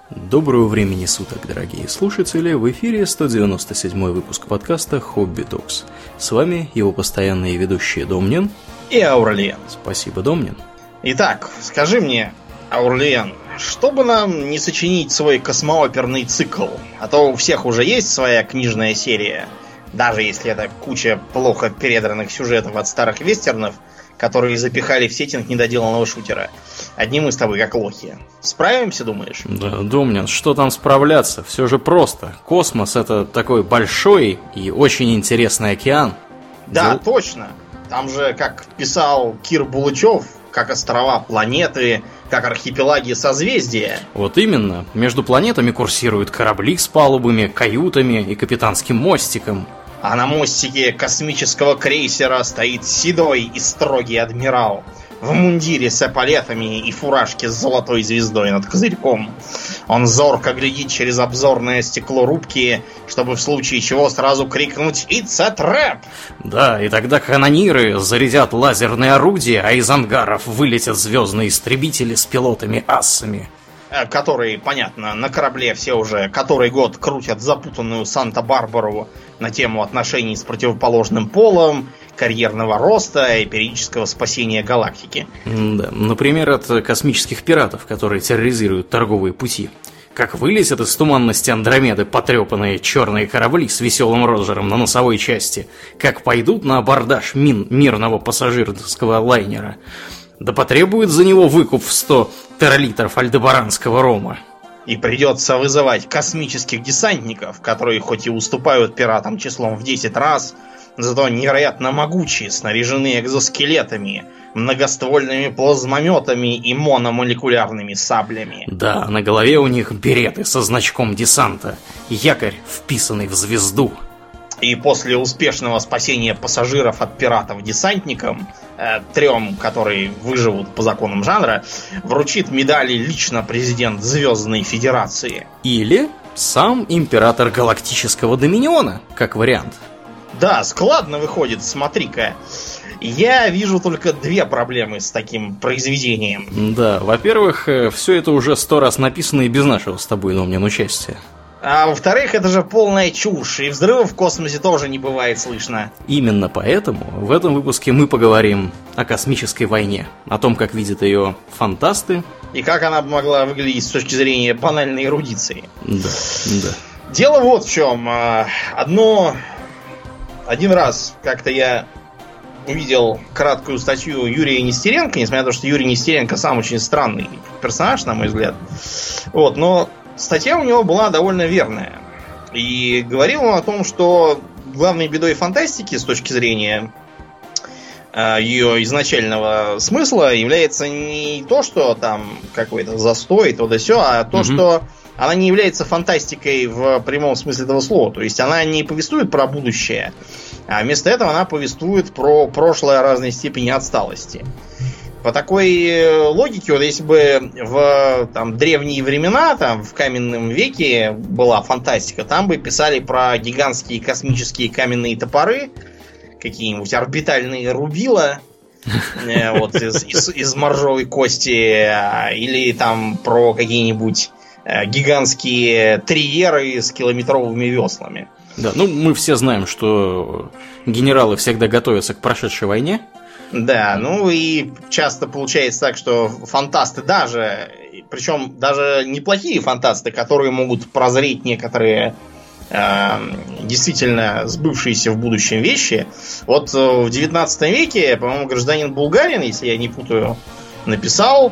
Доброго времени суток, дорогие слушатели! В эфире 197 выпуск подкаста «Хобби Токс». С вами его постоянные ведущие Домнин и Аурлиен. Спасибо, Домнин. Итак, скажи мне, Аурлиен, что бы нам не сочинить свой космооперный цикл? А то у всех уже есть своя книжная серия, даже если это куча плохо передранных сюжетов от старых вестернов, которые запихали в сеттинг недоделанного шутера. Одни мы с тобой как лохи. Справимся, думаешь? Да, Домнин, что там справляться? Все же просто. Космос — это такой большой и очень интересный океан. Да, точно. Там же, как писал Кир Булычев, как острова планеты, как архипелаги созвездия. Вот именно. Между планетами курсируют корабли с палубами, каютами и капитанским мостиком. А на мостике космического крейсера стоит седой и строгий адмирал в мундире с эполетами и фуражке с золотой звездой над козырьком. Он зорко глядит через обзорное стекло рубки, чтобы в случае чего сразу крикнуть «It's a trap!». Да, и тогда канониры зарядят лазерные орудия, а из ангаров вылетят звездные истребители с пилотами-ассами. Которые, понятно, на корабле все уже который год крутят запутанную Санта-Барбару на тему отношений с противоположным полом, карьерного роста и периодического спасения галактики. Да, например, от космических пиратов, которые терроризируют торговые пути. Как вылезят из туманности Андромеды потрепанные черные корабли с веселым Роджером на носовой части, как пойдут на абордаж мирного пассажирского лайнера, да потребует за него выкуп в 100 тералитров альдебаранского рома. И придется вызывать космических десантников, которые хоть и уступают пиратам числом в 10 раз, зато невероятно могучие, снаряжены экзоскелетами, многоствольными плазмометами и мономолекулярными саблями. Да, на голове у них береты со значком десанта, якорь, вписанный в звезду. И после успешного спасения пассажиров от пиратов десантникам, трем, которые выживут по законам жанра, вручит медали лично президент Звездной Федерации. Или сам император Галактического Доминиона, как вариант. Да, складно выходит, смотри-ка. Я вижу только две проблемы с таким произведением. Да, во-первых, все это уже 100 раз написано и без нашего с тобой, Домнин, участия. А во-вторых, это же полная чушь, и взрывов в космосе тоже не бывает слышно. Именно поэтому в этом выпуске мы поговорим о космической войне, о том, как видят ее фантасты. И как она могла выглядеть с точки зрения банальной эрудиции. Да, да. Дело вот в чем. Один раз как-то я увидел краткую статью Юрия Нестеренко, несмотря на то, что Юрий Нестеренко сам очень странный персонаж, на мой взгляд. Вот, но статья у него была довольно верная. И говорил он о том, что главной бедой фантастики с точки зрения ее изначального смысла является не то, что там какой-то застой, то да сё, а то, что она не является фантастикой в прямом смысле этого слова. То есть она не повествует про будущее, а вместо этого она повествует про прошлое разной степени отсталости. По такой логике, вот если бы в древние времена, в каменном веке была фантастика, там бы писали про гигантские космические каменные топоры, какие-нибудь орбитальные рубила вот, из моржовой кости, или там про какие-нибудь гигантские триеры с километровыми веслами. Да, мы все знаем, что генералы всегда готовятся к прошедшей войне. Да, и часто получается так, что фантасты причем даже неплохие фантасты, которые могут прозреть некоторые действительно сбывшиеся в будущем вещи. Вот в 19 веке, по-моему, гражданин Булгарин, если я не путаю, написал.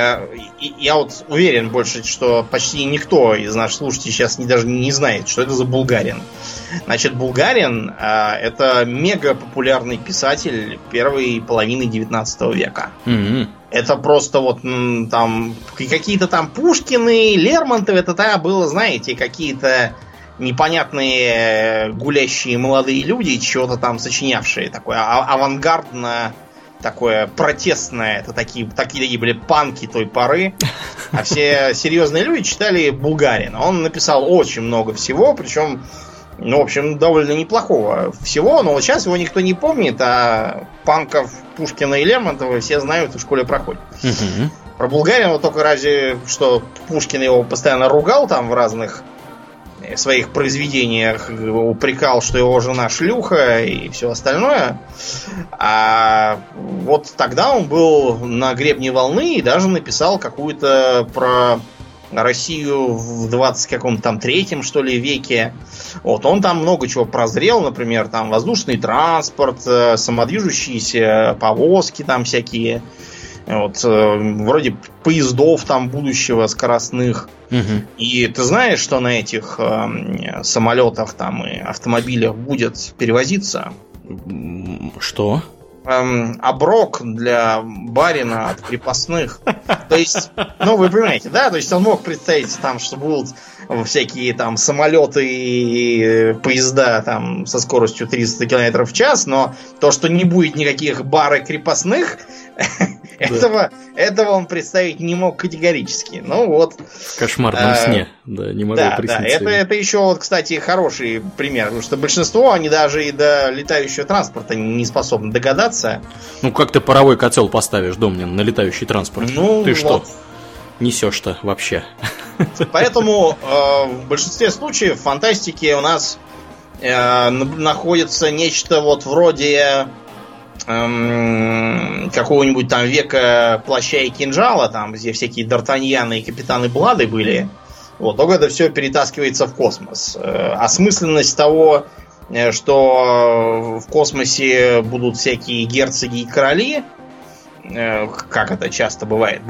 Я вот уверен больше, что почти никто из наших слушателей сейчас даже не знает, что это за Булгарин. Значит, Булгарин это мега популярный писатель первой половины 19 века. Это просто вот там какие-то там Пушкины, Лермонтовы, это было, знаете, какие-то непонятные гулящие молодые люди, чего-то там сочинявшие, такое авангардно, такое протестное. Это такие были панки той поры. А все серьезные люди читали Булгарина. Он написал очень много всего, причем, в общем, довольно неплохого всего, но вот сейчас его никто не помнит, а панков Пушкина и Лермонтова все знают и в школе проходят. Про Булгарина только разве что Пушкин его постоянно ругал там в разных своих произведениях, упрекал, что его жена шлюха и все остальное. А вот тогда он был на гребне волны и даже написал какую-то про Россию в 20 каком-то там третьем, что ли, веке. Вот, он там много чего прозрел, например, там воздушный транспорт, самодвижущиеся повозки там всякие. Вот, вроде поездов там будущего скоростных. Угу. И ты знаешь, что на этих самолетах там и автомобилях будет перевозиться? Что? Оброк для барина от крепостных. То есть, ну вы понимаете, да? То есть он мог представить там, что будут всякие там самолеты и поезда там со скоростью 300 км в час, но то, что не будет никаких бары крепостных, этого он представить не мог категорически. Ну вот. В кошмарном сне, да, не могу присниться. Да, это еще, вот, кстати, хороший пример, потому что большинство, они даже и до летающего транспорта не способны догадаться. Ну, как ты паровой котел поставишь, Домнин, на летающий транспорт? Ну, ты что, вот. Несешь-то вообще? Поэтому в большинстве случаев в фантастике у нас находится нечто вот вроде какого-нибудь там века плаща и кинжала, там, где всякие Д'Артаньяны и капитаны Блады были. Вот, только это все перетаскивается в космос. Осмысленность того, что в космосе будут всякие герцоги и короли, как это часто бывает,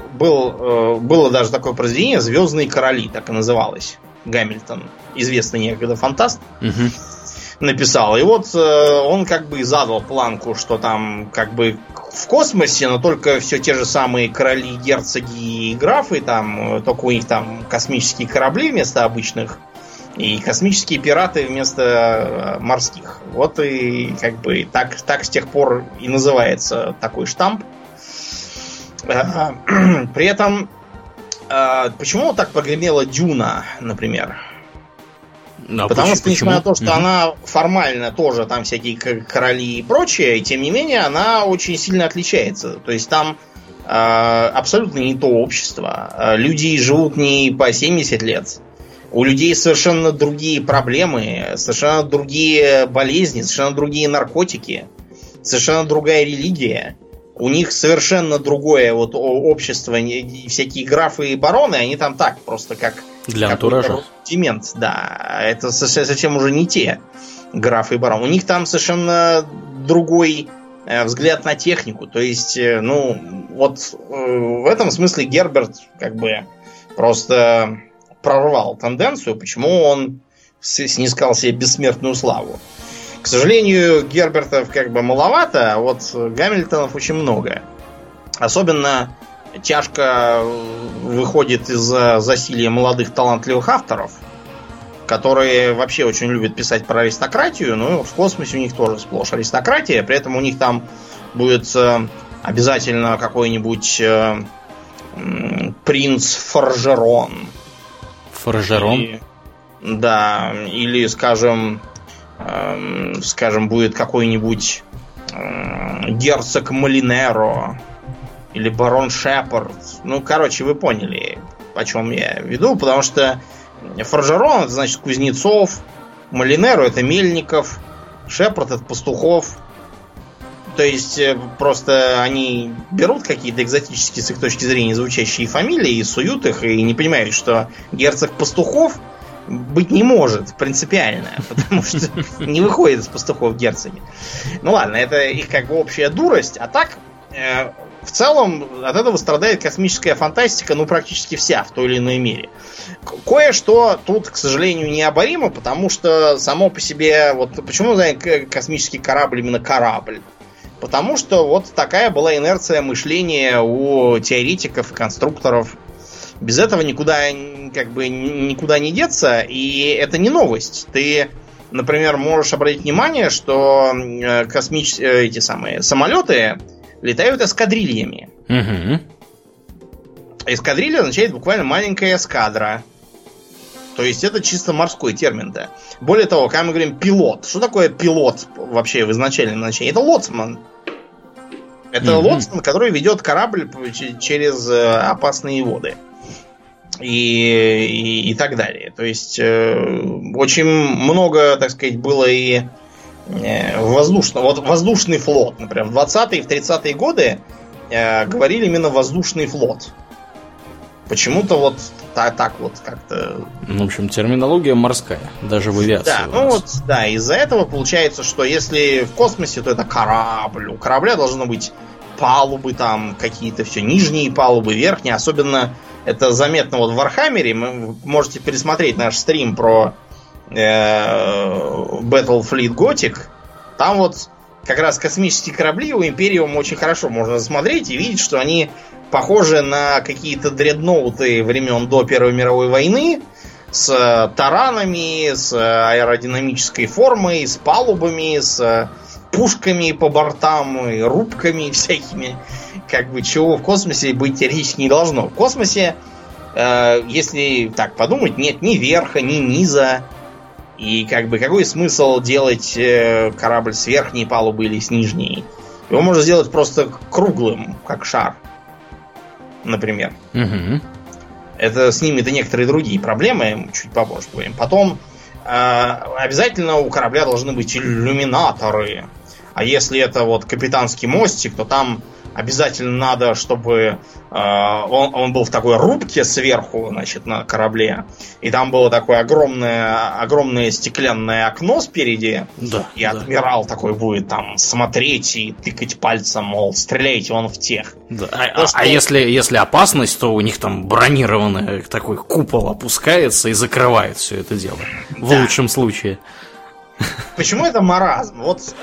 было даже такое произведение «Звездные короли», так и называлось. Гамильтон, известный некогда фантаст, написал. И вот он как бы задал планку, что там как бы в космосе, но только все те же самые короли, герцоги и графы, там, только у них там космические корабли вместо обычных и космические пираты вместо морских. Вот и как бы так с тех пор и называется такой штамп. При этом почему так прогремела Дюна, например? Потому что, несмотря на то, что она формально тоже там всякие короли и прочее, тем не менее, она очень сильно отличается. То есть там абсолютно не то общество. Люди живут не по 70 лет. У людей совершенно другие проблемы, совершенно другие болезни, совершенно другие наркотики, совершенно другая религия. У них совершенно другое вот общество. Всякие графы и бароны, они там так, просто как для антуража. Рудимент, да. Это совсем уже не те графы и бароны. У них там совершенно другой взгляд на технику. То есть, ну, вот в этом смысле Герберт как бы просто прорвал тенденцию, почему он снискал себе бессмертную славу. К сожалению, Гербертов как бы маловато, а вот Гамильтонов очень много. Особенно тяжко выходит из-за засилья молодых талантливых авторов, которые вообще очень любят писать про аристократию, но в космосе у них тоже сплошь аристократия, при этом у них там будет обязательно какой-нибудь принц Форжерон. Форжерон? Да, или, скажем, будет какой-нибудь герцог Малинеро или барон Шепард. Ну, короче, вы поняли, о чем я веду, потому что Форжерон — это значит Кузнецов, Малинеро — это Мельников, Шепард — это Пастухов. То есть просто они берут какие-то экзотические с их точки зрения звучащие фамилии и суют их, и не понимают, что герцог Пастухов быть не может принципиально, потому что не выходит из пастухов герцоги. Ну ладно, это их как бы общая дурость, а так в целом от этого страдает космическая фантастика, ну практически вся в той или иной мере. Кое-что тут, к сожалению, необоримо, потому что само по себе, вот почему называют космический корабль именно корабль? Потому что вот такая была инерция мышления у теоретиков и конструкторов. Без этого никуда не деться, и это не новость. Ты, например, можешь обратить внимание, что эти самые самолеты летают эскадрильями. Угу. Эскадрилья означает буквально маленькая эскадра. То есть это чисто морской термин-то. Более того, когда мы говорим пилот, что такое пилот вообще в изначальном значении? Это лоцман. Это лоцман, который ведет корабль через опасные воды. И так далее. То есть очень много, так сказать, было и воздушного. Вот воздушный флот, например, в 20-е и в 30-е годы говорили именно воздушный флот. Почему-то вот так вот как-то... В общем, терминология морская, даже в авиации. Да, ну вот, да, из-за этого получается, что если в космосе, то это корабль. У корабля должно быть палубы там какие-то, все нижние палубы, верхние. Особенно это заметно вот в Вархаммере. Вы можете пересмотреть наш стрим про Battlefleet Gothic. Там вот как раз космические корабли у Империума очень хорошо можно смотреть и видеть, что они похожи на какие-то дредноуты времен до Первой мировой войны, с таранами, с аэродинамической формой, с палубами, с пушками по бортам, и рубками всякими. Как бы чего в космосе быть теоретически не должно. В космосе, если так подумать, нет ни верха, ни низа. И как бы какой смысл делать корабль с верхней палубы или с нижней? Его можно сделать просто круглым, как шар. Например. Угу. Это снимет и некоторые другие проблемы, чуть попозже поговорим. Потом обязательно у корабля должны быть иллюминаторы. А если это вот капитанский мостик, то там обязательно надо, чтобы он был в такой рубке сверху, значит, на корабле. И там было такое огромное стеклянное окно спереди. Да, и адмирал такой будет там смотреть и тыкать пальцем, мол, стреляйте вон в тех. Да. Если опасность, то у них там бронированный такой купол опускается и закрывает все это дело. В лучшем случае. Почему это маразм? Вот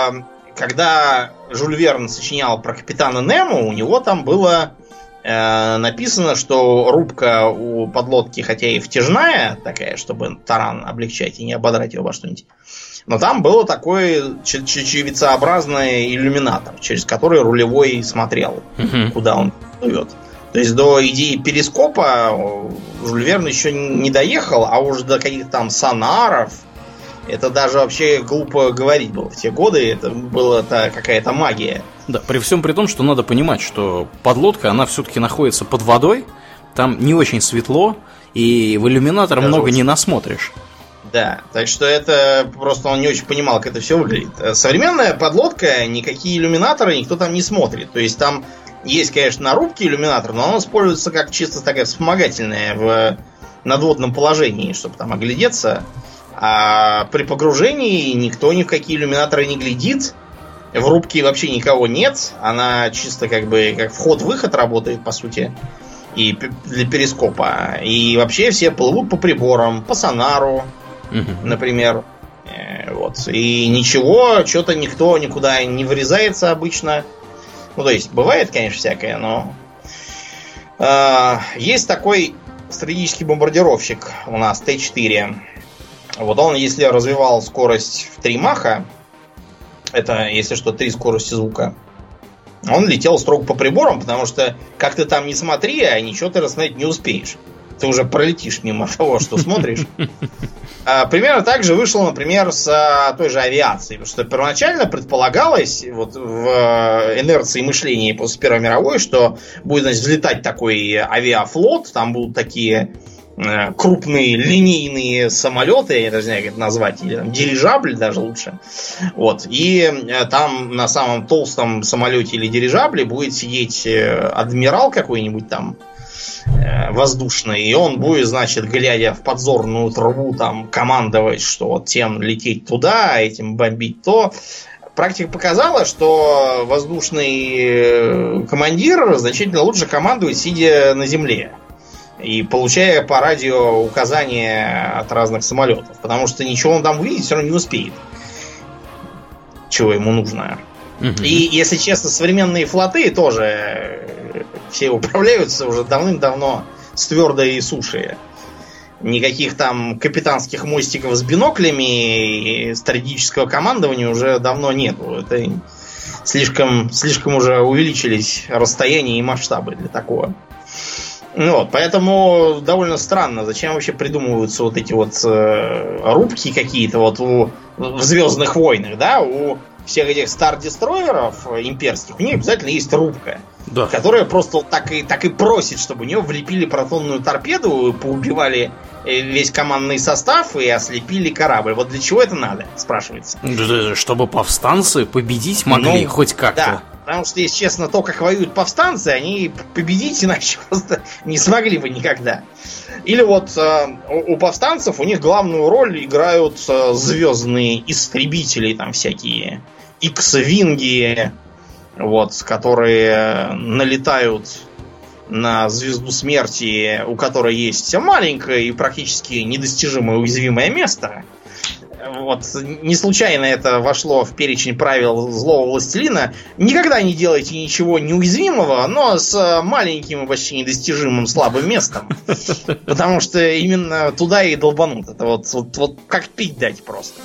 когда Жюль Верн сочинял про капитана Немо, у него там было написано, что рубка у подлодки, хотя и втяжная такая, чтобы таран облегчать и не ободрать его во что-нибудь, но там был такой чечевицеобразный иллюминатор, через который рулевой смотрел, куда он плывет. То есть до идеи перископа Жюль Верн еще не доехал, а уж до каких-то там сонаров. Это даже вообще глупо говорить было в те годы. Это была какая-то магия. Да, при всем при том, что надо понимать, что подлодка, она все-таки находится под водой. Там не очень светло, и в иллюминатор даже много не насмотришь. Да, так что это просто он не очень понимал, как это все выглядит. Современная подлодка, никакие иллюминаторы никто там не смотрит. То есть там есть, конечно, на рубке иллюминатор, но он используется как чисто такая вспомогательная в надводном положении, чтобы там оглядеться. А при погружении никто ни в какие иллюминаторы не глядит. В рубке вообще никого нет. Она чисто как бы как вход-выход работает, по сути. И для перископа. И вообще все плывут по приборам, по сонару, например. Вот. И ничего, что-то никто никуда не врезается обычно. Ну, то есть, бывает, конечно, всякое, но... Есть такой стратегический бомбардировщик у нас, Т-4. Вот он, если развивал скорость в 3 маха, это, если что, 3 скорости звука, он летел строго по приборам, потому что, как ты там не смотри, а ничего ты рассмотреть не успеешь. Ты уже пролетишь мимо того, что смотришь. Примерно так же вышло, например, с той же авиацией. Потому что первоначально предполагалось вот в инерции мышления после Первой мировой, что будет, значит, взлетать такой авиафлот, там будут такие... крупные линейные самолеты, я даже не знаю, как это назвать, или там, дирижабль даже лучше. Вот. И там на самом толстом самолете или дирижабле будет сидеть адмирал какой-нибудь там воздушный, и он будет, значит, глядя в подзорную трубу, там, командовать, что вот тем лететь туда, а этим бомбить то. Практика показала, что воздушный командир значительно лучше командует, сидя на земле. И получая по радио указания от разных самолетов. Потому что ничего он там увидеть все равно не успеет. Чего ему нужно. И, если честно, современные флоты тоже все управляются уже давным-давно с твердой суши. Никаких там капитанских мостиков с биноклями и стратегического командования уже давно нету. Это слишком уже увеличились расстояния и масштабы для такого. Вот, поэтому довольно странно, зачем вообще придумываются вот эти вот рубки какие-то вот в «Звездных войнах», да? У всех этих стар-дестройеров имперских, у них обязательно есть рубка, да, которая просто так и просит, чтобы у нее влепили протонную торпеду, поубивали весь командный состав и ослепили корабль. Вот для чего это надо, спрашивается. Чтобы повстанцы победить могли хоть как-то. Да, потому что, если честно, то, как воюют повстанцы, они победить иначе просто не смогли бы никогда. Или вот у повстанцев у них главную роль играют звездные истребители, там всякие X-винги, вот, которые налетают на звезду смерти, у которой есть маленькое и практически недостижимое уязвимое место. Вот, не случайно это вошло в перечень правил злого властелина. Никогда не делайте ничего неуязвимого, но с маленьким и почти недостижимым слабым местом. Потому что именно туда и долбанут. Это вот как пить дать просто.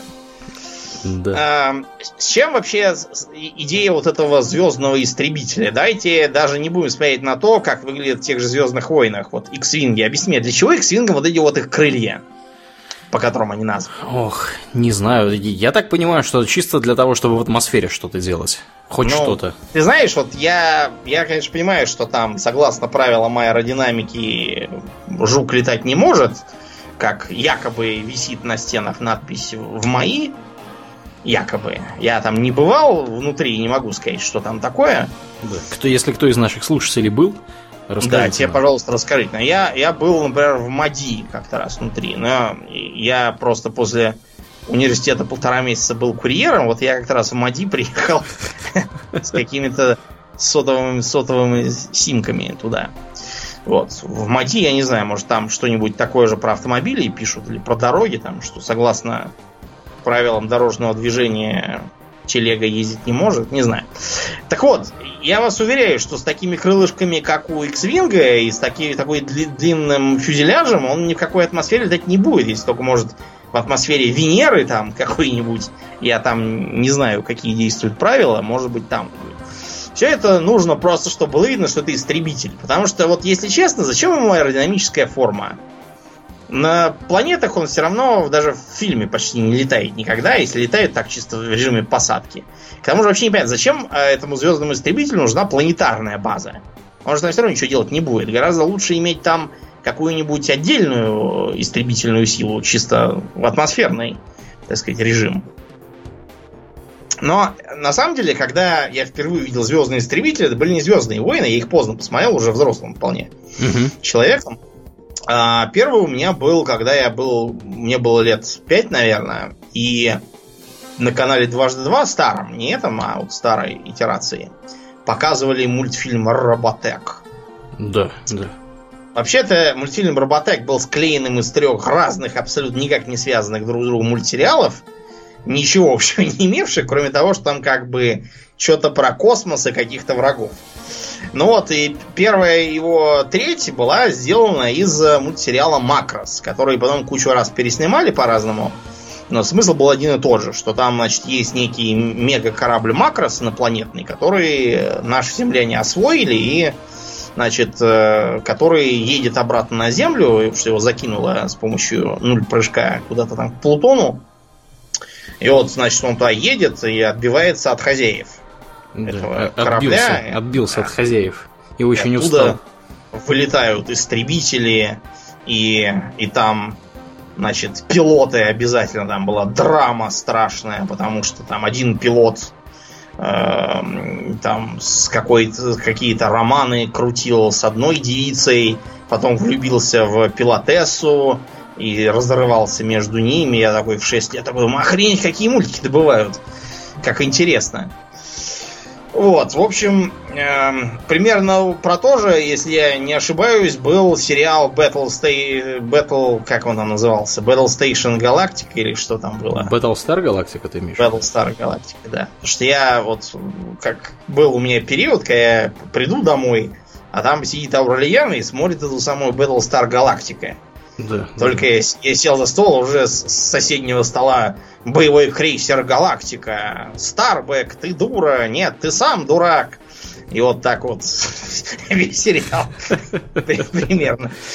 Да. С чем вообще идея вот этого звездного истребителя? Давайте даже не будем смотреть на то, как выглядит в тех же Звездных войнах. Вот X-винги. Объясни мне, для чего X-вингам вот эти вот их крылья, по которым они названы? Ох, не знаю. Я так понимаю, что чисто для того, чтобы в атмосфере что-то делать. Хоть что-то. Ты знаешь, вот я, конечно, понимаю, что там, согласно правилам аэродинамики, жук летать не может, как якобы висит на стенах надпись «В МАИ». Якобы. Я там не бывал внутри, не могу сказать, что там такое. Да. Если кто из наших слушателей был, расскажите. Да, тебе, пожалуйста, расскажите. Я был, например, в МАДИ как-то раз внутри, но я просто после университета 1,5 месяца был курьером, вот я как-то раз в МАДИ приехал с какими-то сотовыми симками туда. Вот. В МАДИ, я не знаю, может там что-нибудь такое же про автомобили пишут или про дороги, там, что согласно правилам дорожного движения телега ездить не может, не знаю. Так вот, я вас уверяю, что с такими крылышками, как у X-Wing, и с такой длинным фюзеляжем, он ни в какой атмосфере летать не будет, если только может в атмосфере Венеры там какой-нибудь, я там не знаю, какие действуют правила, может быть там будет. Все это нужно просто, чтобы было видно, что это истребитель. Потому что, вот если честно, зачем ему аэродинамическая форма? На планетах он все равно даже в фильме почти не летает никогда, если летает так чисто в режиме посадки. К тому же вообще не понятно, зачем этому звездному истребителю нужна планетарная база. Он же там все равно ничего делать не будет. Гораздо лучше иметь там какую-нибудь отдельную истребительную силу, чисто в атмосферный, так сказать, режим. Но на самом деле, когда я впервые увидел звездные истребители, это были не Звездные войны, я их поздно посмотрел, уже взрослым вполне человеком. Первый у меня был, когда мне было лет 5, наверное, и на канале «Дважды два», старом, не этом, а вот старой итерации, показывали мультфильм «Роботек». Да, да. Вообще-то мультфильм «Роботек» был склеенным из 3 разных, абсолютно никак не связанных друг с другом мультсериалов, ничего общего не имевших, кроме того, что там как бы что-то про космос и каких-то врагов. Ну вот, и первая его треть была сделана из мультсериала «Макрос», который потом кучу раз переснимали по-разному. Но смысл был один и тот же, что там, значит, есть некий мега-корабль «Макрос» инопланетный, который наши земляне освоили и, значит, который едет обратно на Землю, что его закинуло с помощью прыжка куда-то там к Плутону. И вот, значит, он туда едет и отбивается от хозяев. Да, отбился от хозяев. И очень устал. Вылетают истребители, и там, значит, пилоты обязательно. Там была драма страшная, потому что там один пилот там какие-то романы крутил с одной девицей, потом влюбился в пилотессу и разрывался между ними. Я такой в 6 лет такой, охренеть, какие мультики добывают. Как интересно. Вот, в общем, примерно про то же, если я не ошибаюсь, был сериал как он там назывался? Battle Station Galactica или что там было? Battlestar Galactica ты имеешь? Battlestar Galactica, да. Потому что я вот, как был у меня период, когда я приду домой, а там сидит Аурельян и смотрит эту самую Battlestar Galactica. Да, только я сел за стол, уже с соседнего стола боевой крейсер Галактика. Старбэк, ты дура. Нет, ты сам дурак. И вот так вот весь сериал примерно.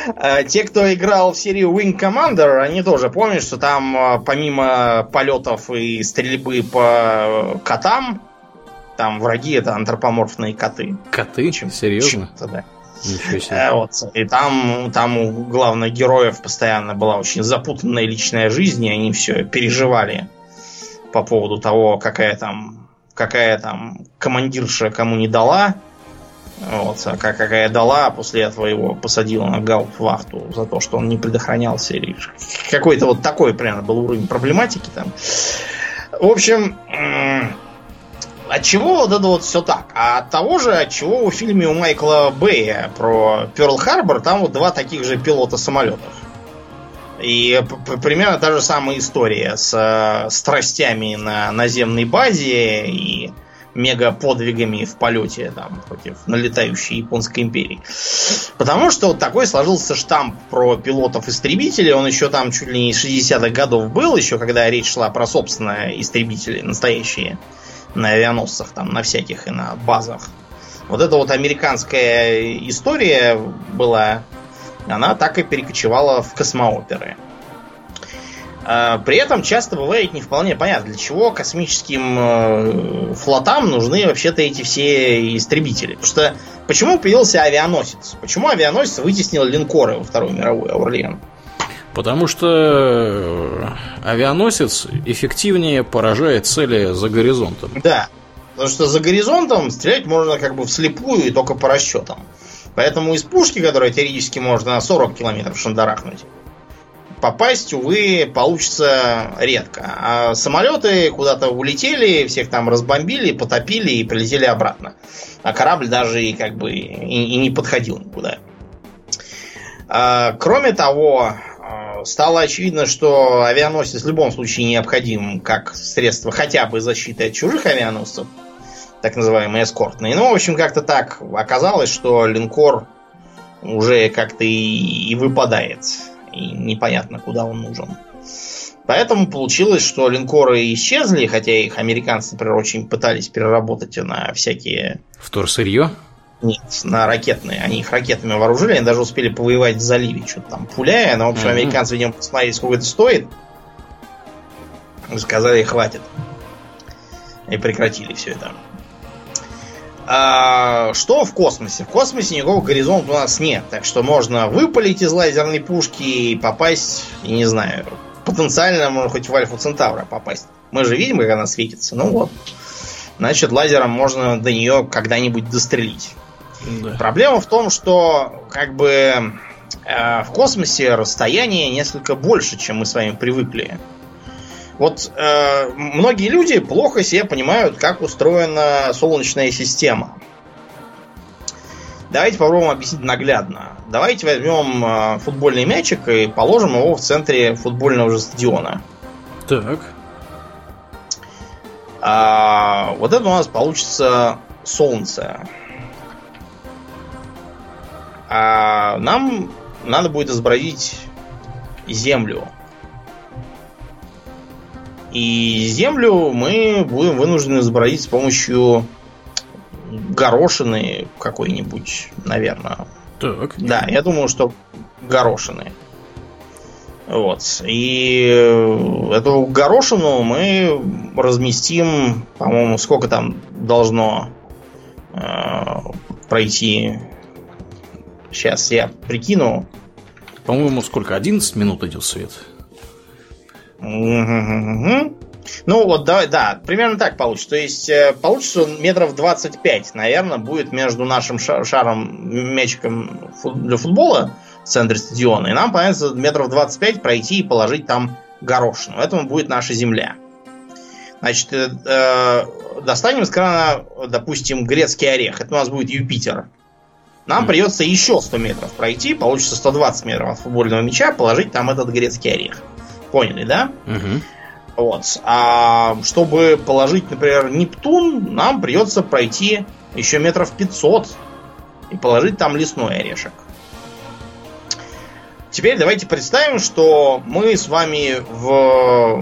Те, кто играл в серию Wing Commander, они тоже помнят, что там помимо полетов и стрельбы по котам, там враги — это антропоморфные коты. Коты? Серьезно? Да. Ничего себе. Вот. И там у главных героев постоянно была очень запутанная личная жизнь, и они все переживали по поводу того, какая там командирша кому не дала. Вот, а какая дала, а после этого его посадила на гауптвахту за то, что он не предохранялся. Или какой-то вот такой примерно был уровень проблематики там. В общем, от чего вот это вот все так? А от того же, от чего в фильме у Майкла Бэя про Пёрл-Харбор там вот два таких же пилота самолетов. И примерно та же самая история с страстями на наземной базе и мега-подвигами в полете там, против налетающей Японской империи. Потому что вот такой сложился штамп про пилотов-истребителей. Он еще там чуть ли не из 60-х годов был, еще когда речь шла про собственные истребители настоящие на авианосцах, там, на всяких и на базах. Вот эта вот американская история была, она так и перекочевала в космооперы. При этом часто бывает не вполне понятно, для чего космическим флотам нужны вообще-то эти все истребители. Потому что почему появился авианосец? Почему авианосец вытеснил линкоры во Вторую мировую, Аурлиен? Потому что авианосец эффективнее поражает цели за горизонтом. Да, потому что за горизонтом стрелять можно как бы вслепую и только по расчетам. Поэтому из пушки, которая теоретически может на 40 километров шандарахнуть, попасть, увы, получится редко. А самолеты куда-то улетели, всех там разбомбили, потопили и прилетели обратно. А корабль даже и как бы и не подходил никуда. Кроме того, стало очевидно, что авианосец в любом случае необходим как средство хотя бы защиты от чужих авианосцев, так называемые эскортные. Ну, в общем, как-то так оказалось, что линкор уже как-то и выпадает. И непонятно, куда он нужен. Поэтому получилось, что линкоры исчезли, хотя их американцы, например, очень пытались переработать на всякие... Вторсырье? Нет, на ракетные. Они их ракетами вооружили, они даже успели повоевать в заливе, что-то там пуляя. Но, в общем, американцы, видимо, посмотрели, сколько это стоит. И сказали, хватит. И прекратили все это. Что в космосе? В космосе никакого горизонта у нас нет. Так что можно выпалить из лазерной пушки и попасть, я не знаю, потенциально можно хоть в Альфу Центавра попасть. Мы же видим, как она светится. Ну вот. Значит, лазером можно до нее когда-нибудь дострелить. Да. Проблема в том, что как бы в космосе расстояние несколько больше, чем мы с вами привыкли. Вот многие люди плохо себе понимают, как устроена Солнечная система. Давайте попробуем объяснить наглядно. Давайте возьмем футбольный мячик и положим его в центре футбольного же стадиона. Так. Вот это у нас получится Солнце. Нам надо будет изобразить Землю. И Землю мы будем вынуждены изобразить с помощью горошины какой-нибудь, наверное. Так. Да, я думаю, что горошины. Вот. И эту горошину мы разместим, по-моему, сколько там должно пройти. Сейчас я прикину. По-моему, сколько? 11 минут идет свет. Ну вот, да, примерно так получится. То есть получится метров 25, наверное, будет между нашим шаром, мячиком для футбола в центре стадиона, и нам понадобится метров 25 пройти и положить там горошину. Этому будет наша Земля. Значит, достанем из крана, допустим, грецкий орех. Это у нас будет Юпитер. Нам придется еще 100 метров пройти, получится 120 метров от футбольного мяча, положить там этот грецкий орех. Поняли, да? Угу. Вот. А чтобы положить, например, Нептун, нам придется пройти еще метров 500 и положить там лесной орешек. Теперь давайте представим, что мы с вами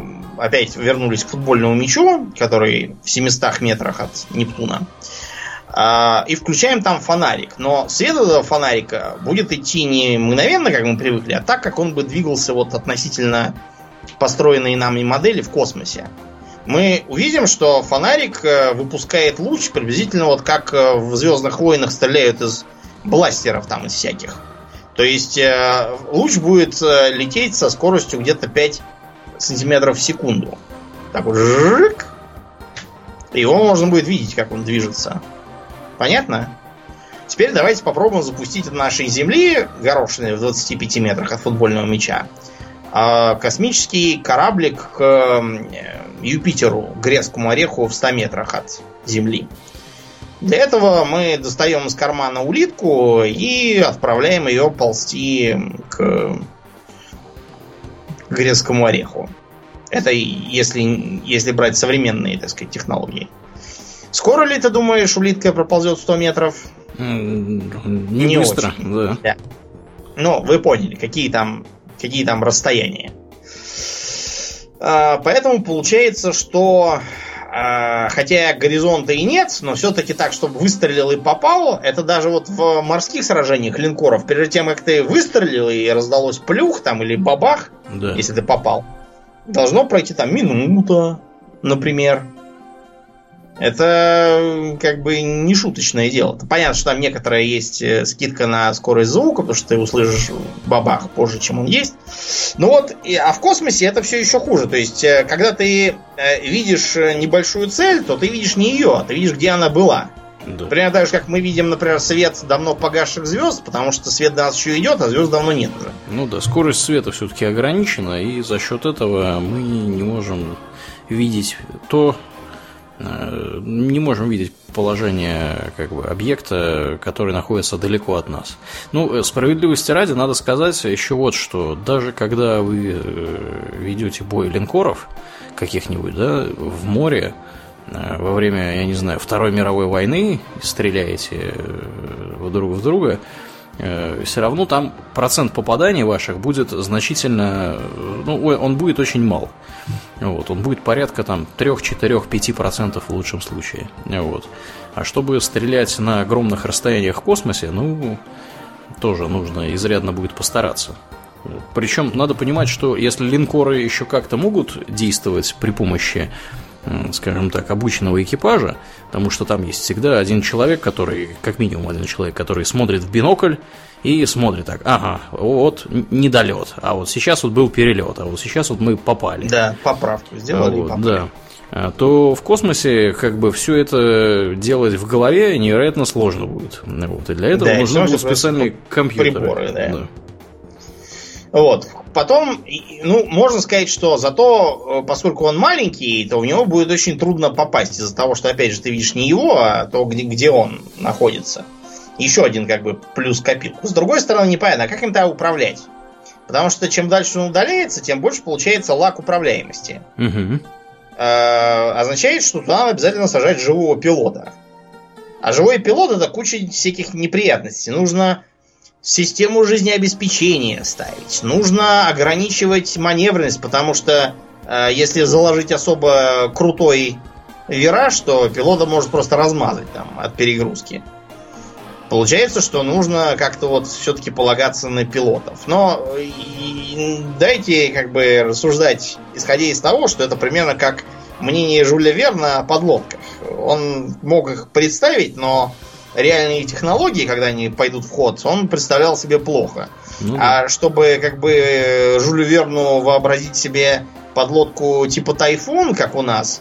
опять вернулись к футбольному мячу, который в 700 метрах от Нептуна. И включаем там фонарик. Но свет этого фонарика будет идти не мгновенно, как мы привыкли, а так, как он бы двигался вот относительно построенной нами модели в космосе. Мы увидим, что фонарик выпускает луч приблизительно вот как в «Звездных войнах» стреляют из бластеров там из всяких. То есть луч будет лететь со скоростью где-то 5 сантиметров в секунду. Так вот, жик. И его можно будет видеть, как он движется. Понятно? Теперь давайте попробуем запустить от нашей Земли, горошины в 25 метрах от футбольного мяча, космический кораблик к Юпитеру, грецкому ореху в 100 метрах от Земли. Для этого мы достаем из кармана улитку и отправляем ее ползти к грецкому ореху. Это если брать современные, так сказать, технологии. Скоро ли, ты думаешь, улитка проползет 100 метров? Не быстро, очень. Да. Ну, вы поняли, какие там расстояния. Поэтому получается, что хотя горизонта и нет, но все-таки так, чтобы выстрелил и попал, это даже вот в морских сражениях линкоров, перед тем, как ты выстрелил и раздалось плюх там или бабах, да, если ты попал, должно пройти там минута, например. Это как бы не шуточное дело. Понятно, что там некоторая есть скидка на скорость звука, потому что ты услышишь бабах позже, чем он есть. Ну вот, а в космосе это все еще хуже. То есть, когда ты видишь небольшую цель, то ты видишь не ее, а ты видишь, где она была. Да. Примерно так же, как мы видим, например, свет давно погасших звезд, потому что свет до нас еще идет, а звезд давно нет уже. Ну да, скорость света все-таки ограничена, и за счет этого мы не можем видеть не можем видеть положение как бы объекта, который находится далеко от нас. Ну, справедливости ради, надо сказать еще вот что. Даже когда вы ведете бой линкоров каких-нибудь, да, в море, во время, я не знаю, Второй мировой войны, стреляете друг в друга, все равно там процент попаданий ваших будет значительно, ну, он будет очень мал. Вот, он будет порядка там 3, 4, 5% в лучшем случае. Вот. А чтобы стрелять на огромных расстояниях в космосе, ну, тоже нужно изрядно будет постараться. Причем надо понимать, что если линкоры еще как-то могут действовать при помощи, скажем так, обученного экипажа, потому что там есть всегда один человек, как минимум один человек, который смотрит в бинокль и смотрит так, ага, вот недолет, а вот сейчас вот был перелет, а вот сейчас вот мы попали. Да, поправку сделали, вот, и попали. Да. То в космосе как бы все это делать в голове невероятно сложно будет. Вот, и для этого нужны будут специальные компьютеры. Приборы, да. Вот. Потом, ну, можно сказать, что зато, поскольку он маленький, то в него будет очень трудно попасть из-за того, что, опять же, ты видишь не его, а то, где он находится. Еще один, как бы, плюс копилку. С другой стороны, непонятно, а как им тогда управлять? Потому что чем дальше он удаляется, тем больше получается лаг управляемости. Угу. Означает, что туда надо обязательно сажать живого пилота. А живой пилот — это куча всяких неприятностей. Нужно систему жизнеобеспечения ставить. Нужно ограничивать маневренность, потому что если заложить особо крутой вираж, то пилота может просто размазать там от перегрузки. Получается, что нужно как-то вот все-таки полагаться на пилотов. Но дайте как бы рассуждать, исходя из того, что это примерно как мнение Жюля Верна о подлодках. Он мог их представить, но реальные технологии, когда они пойдут в ход, он представлял себе плохо. А чтобы как бы Жюлю Верну вообразить себе подлодку типа Тайфун, как у нас,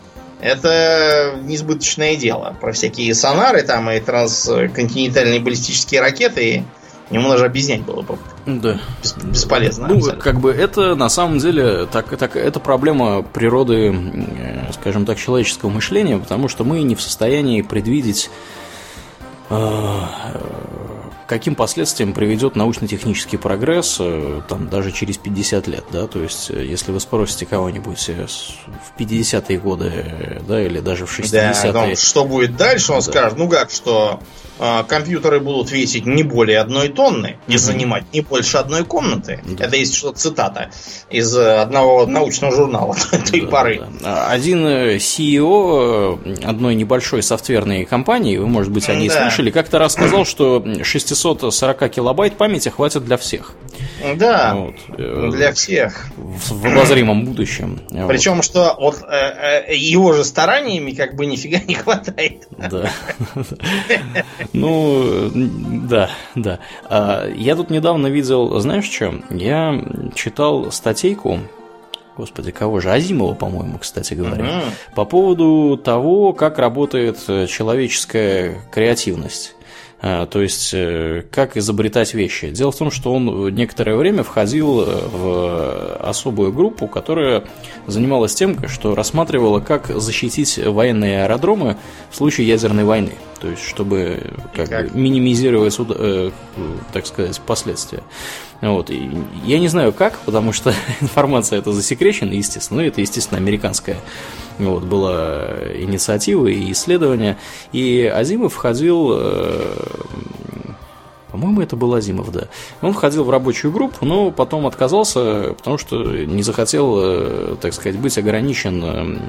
это несбыточное дело. Про всякие сонары там и трансконтинентальные баллистические ракеты ему даже объяснять было бы бесполезно. Ну, как бы это на самом деле это проблема природы, скажем так, человеческого мышления, потому что мы не в состоянии предвидеть каким последствиям приведет научно-технический прогресс там, даже через 50 лет, да, то есть, если вы спросите кого-нибудь в 50-е годы, да, или даже в 60-е... Да, что будет дальше, он скажет, ну как, что компьютеры будут весить не более 1 тонны и занимать не больше 1 комнаты. Это есть что-то цитата из одного научного журнала той поры. Один CEO одной небольшой софтверной компании, вы, может быть, о ней слышали, как-то рассказал, что 640 килобайт памяти хватит для всех. Да, вот. Для всех. В обозримом будущем. Причем, что вот его же стараниями как бы нифига не хватает. Да. Ну, да. Я тут недавно видел, знаешь что? Я читал статейку, господи, кого же? Азимова, по-моему, кстати говоря, по поводу того, как работает человеческая креативность. То есть, как изобретать вещи. Дело в том, что он некоторое время входил в особую группу, которая занималась тем, что рассматривала, как защитить военные аэродромы в случае ядерной войны. То есть, чтобы минимизировать, так сказать, последствия. Вот. И я не знаю как, потому что информация эта засекречена, естественно. Ну, это, естественно, американская была инициатива и исследование. И Азимов входил, по-моему, это был Азимов, да. Он входил в рабочую группу, но потом отказался, потому что не захотел, так сказать, быть ограничен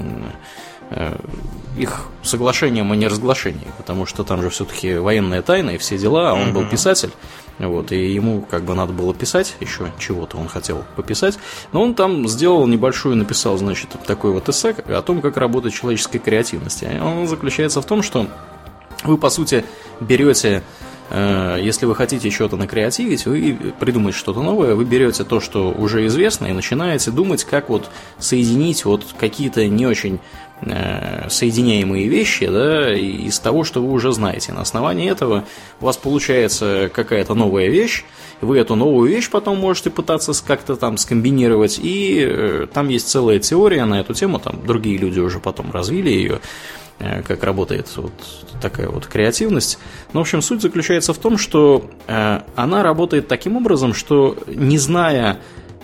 их соглашением о неразглашении, потому что там же все-таки военная тайна и все дела, а он был писатель. Вот, и ему как бы надо было писать, еще чего-то он хотел пописать, но он там сделал небольшую, написал, значит, такой вот эссе о том, как работает человеческая креативность. Он заключается в том, что вы, по сути, берете, если вы хотите что-то накреативить, вы придумать что-то новое, вы берете то, что уже известно, и начинаете думать, как вот соединить вот какие-то не очень соединяемые вещи, да, из того, что вы уже знаете. На основании этого у вас получается какая-то новая вещь, вы эту новую вещь потом можете пытаться как-то там скомбинировать, и там есть целая теория на эту тему, там другие люди уже потом развили ее, как работает вот такая вот креативность. Но, в общем, суть заключается в том, что она работает таким образом, что не зная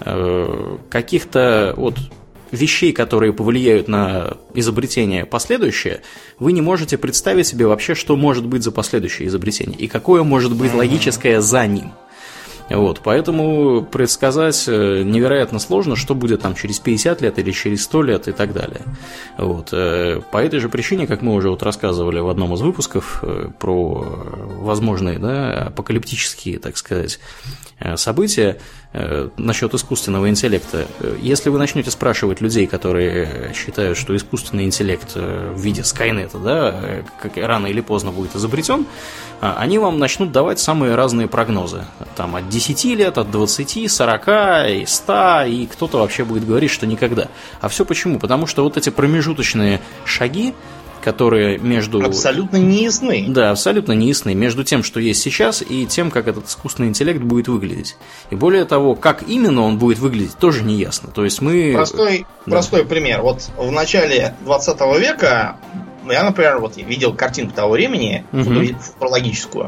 каких-то вот вещей, которые повлияют на изобретение последующее, вы не можете представить себе вообще, что может быть за последующее изобретение и какое может быть логическое за ним. Вот, поэтому предсказать невероятно сложно, что будет там через 50 лет или через 100 лет и так далее. Вот. По этой же причине, как мы уже вот рассказывали в одном из выпусков про возможные, да, апокалиптические, так сказать, события насчет искусственного интеллекта. Если вы начнете спрашивать людей, которые считают, что искусственный интеллект в виде Скайнета, да, как рано или поздно будет изобретен, они вам начнут давать самые разные прогнозы. Там от 10 лет, от 20, 40 и 100, и кто-то вообще будет говорить, что никогда. А все почему? Потому что вот эти промежуточные шаги, которые между... Абсолютно неясны. Да, абсолютно неясны. Между тем, что есть сейчас, и тем, как этот искусственный интеллект будет выглядеть. И более того, как именно он будет выглядеть, тоже не ясно. То есть мы... Простой пример. Вот в начале 20 века я, например, вот видел картинку того времени, футурологическую.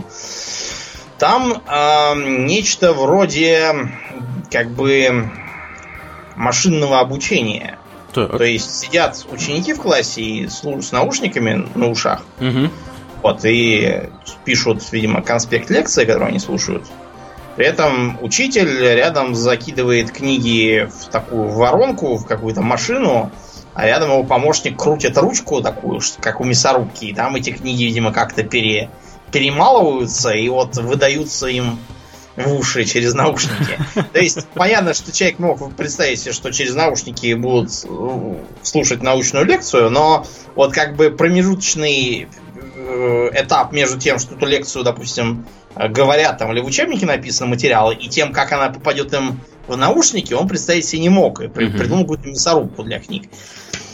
Там нечто вроде как бы машинного обучения. То есть сидят ученики в классе и с наушниками на ушах, вот, и пишут, видимо, конспект лекции, которую они слушают. При этом учитель рядом закидывает книги в такую воронку, в какую-то машину, а рядом его помощник крутит ручку такую, как у мясорубки, и там эти книги, видимо, как-то перемалываются и вот выдаются им в уши через наушники. То есть понятно, что человек мог представить себе, что через наушники будут слушать научную лекцию, но вот как бы промежуточный этап между тем, что эту лекцию, допустим, говорят там или в учебнике написаны материалы, и тем, как она попадет им в наушники, он представить себе не мог. И придумал какую-то мясорубку для книг.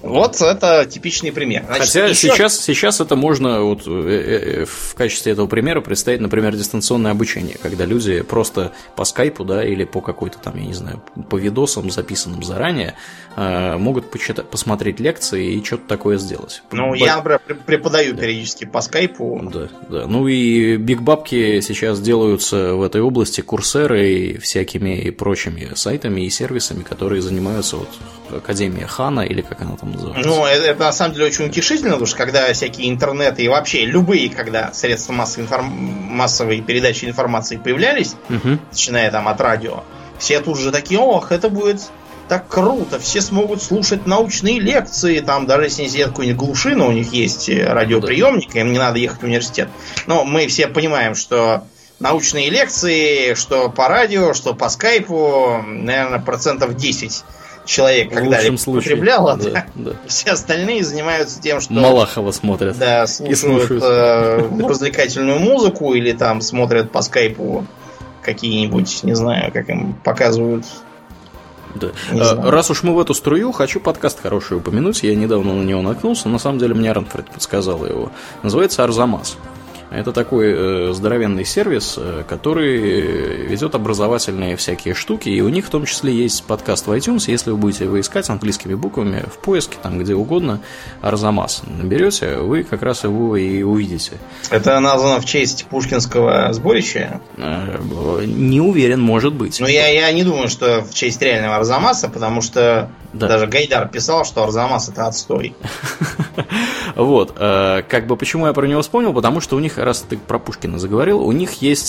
Вот это типичный пример. Значит, хотя сейчас это можно вот, в качестве этого примера представить, например, дистанционное обучение, когда люди просто по скайпу, да, или по какой-то там, я не знаю, по видосам, записанным заранее, могут посмотреть лекции и что-то такое сделать. Ну, я, например, преподаю периодически по скайпу. Да. Ну и бигбабки сейчас делаются в этой области курсеры и всякими и прочими сайтами и сервисами, которые занимаются вот Академия Хана, или как она там называется. Ну, это на самом деле очень утешительно, потому что когда всякие интернеты и вообще любые, когда средства массовой передачи информации появлялись, начиная там от радио, все тут же такие: ох, это будет так круто, все смогут слушать научные лекции, там, даже если не сидят в какой-нибудь глуши, но у них есть радиоприемник, им не надо ехать в университет. Но мы все понимаем, что научные лекции, что по радио, что по скайпу, наверное, 10% человек когда-либо употребляло, да. Все остальные занимаются тем, что Малахова смотрят. Да, слушают развлекательную музыку или там смотрят по скайпу какие-нибудь, не знаю, как им показывают. Да. Раз уж мы в эту струю, хочу подкаст хороший упомянуть. Я недавно на него наткнулся. На самом деле мне Ранфред подсказал его. Называется Арзамас. Это такой здоровенный сервис, который ведет образовательные всякие штуки, и у них в том числе есть подкаст в iTunes. Если вы будете его искать английскими буквами в поиске, там где угодно, Арзамас наберете, вы как раз его и увидите. Это названо в честь пушкинского сборища? Не уверен, может быть. Но я не думаю, что в честь реального Арзамаса, потому что даже Гайдар писал, что Арзамас — это отстой. Вот, как бы почему я про него вспомнил, потому что у них, раз ты про Пушкина заговорил, у них есть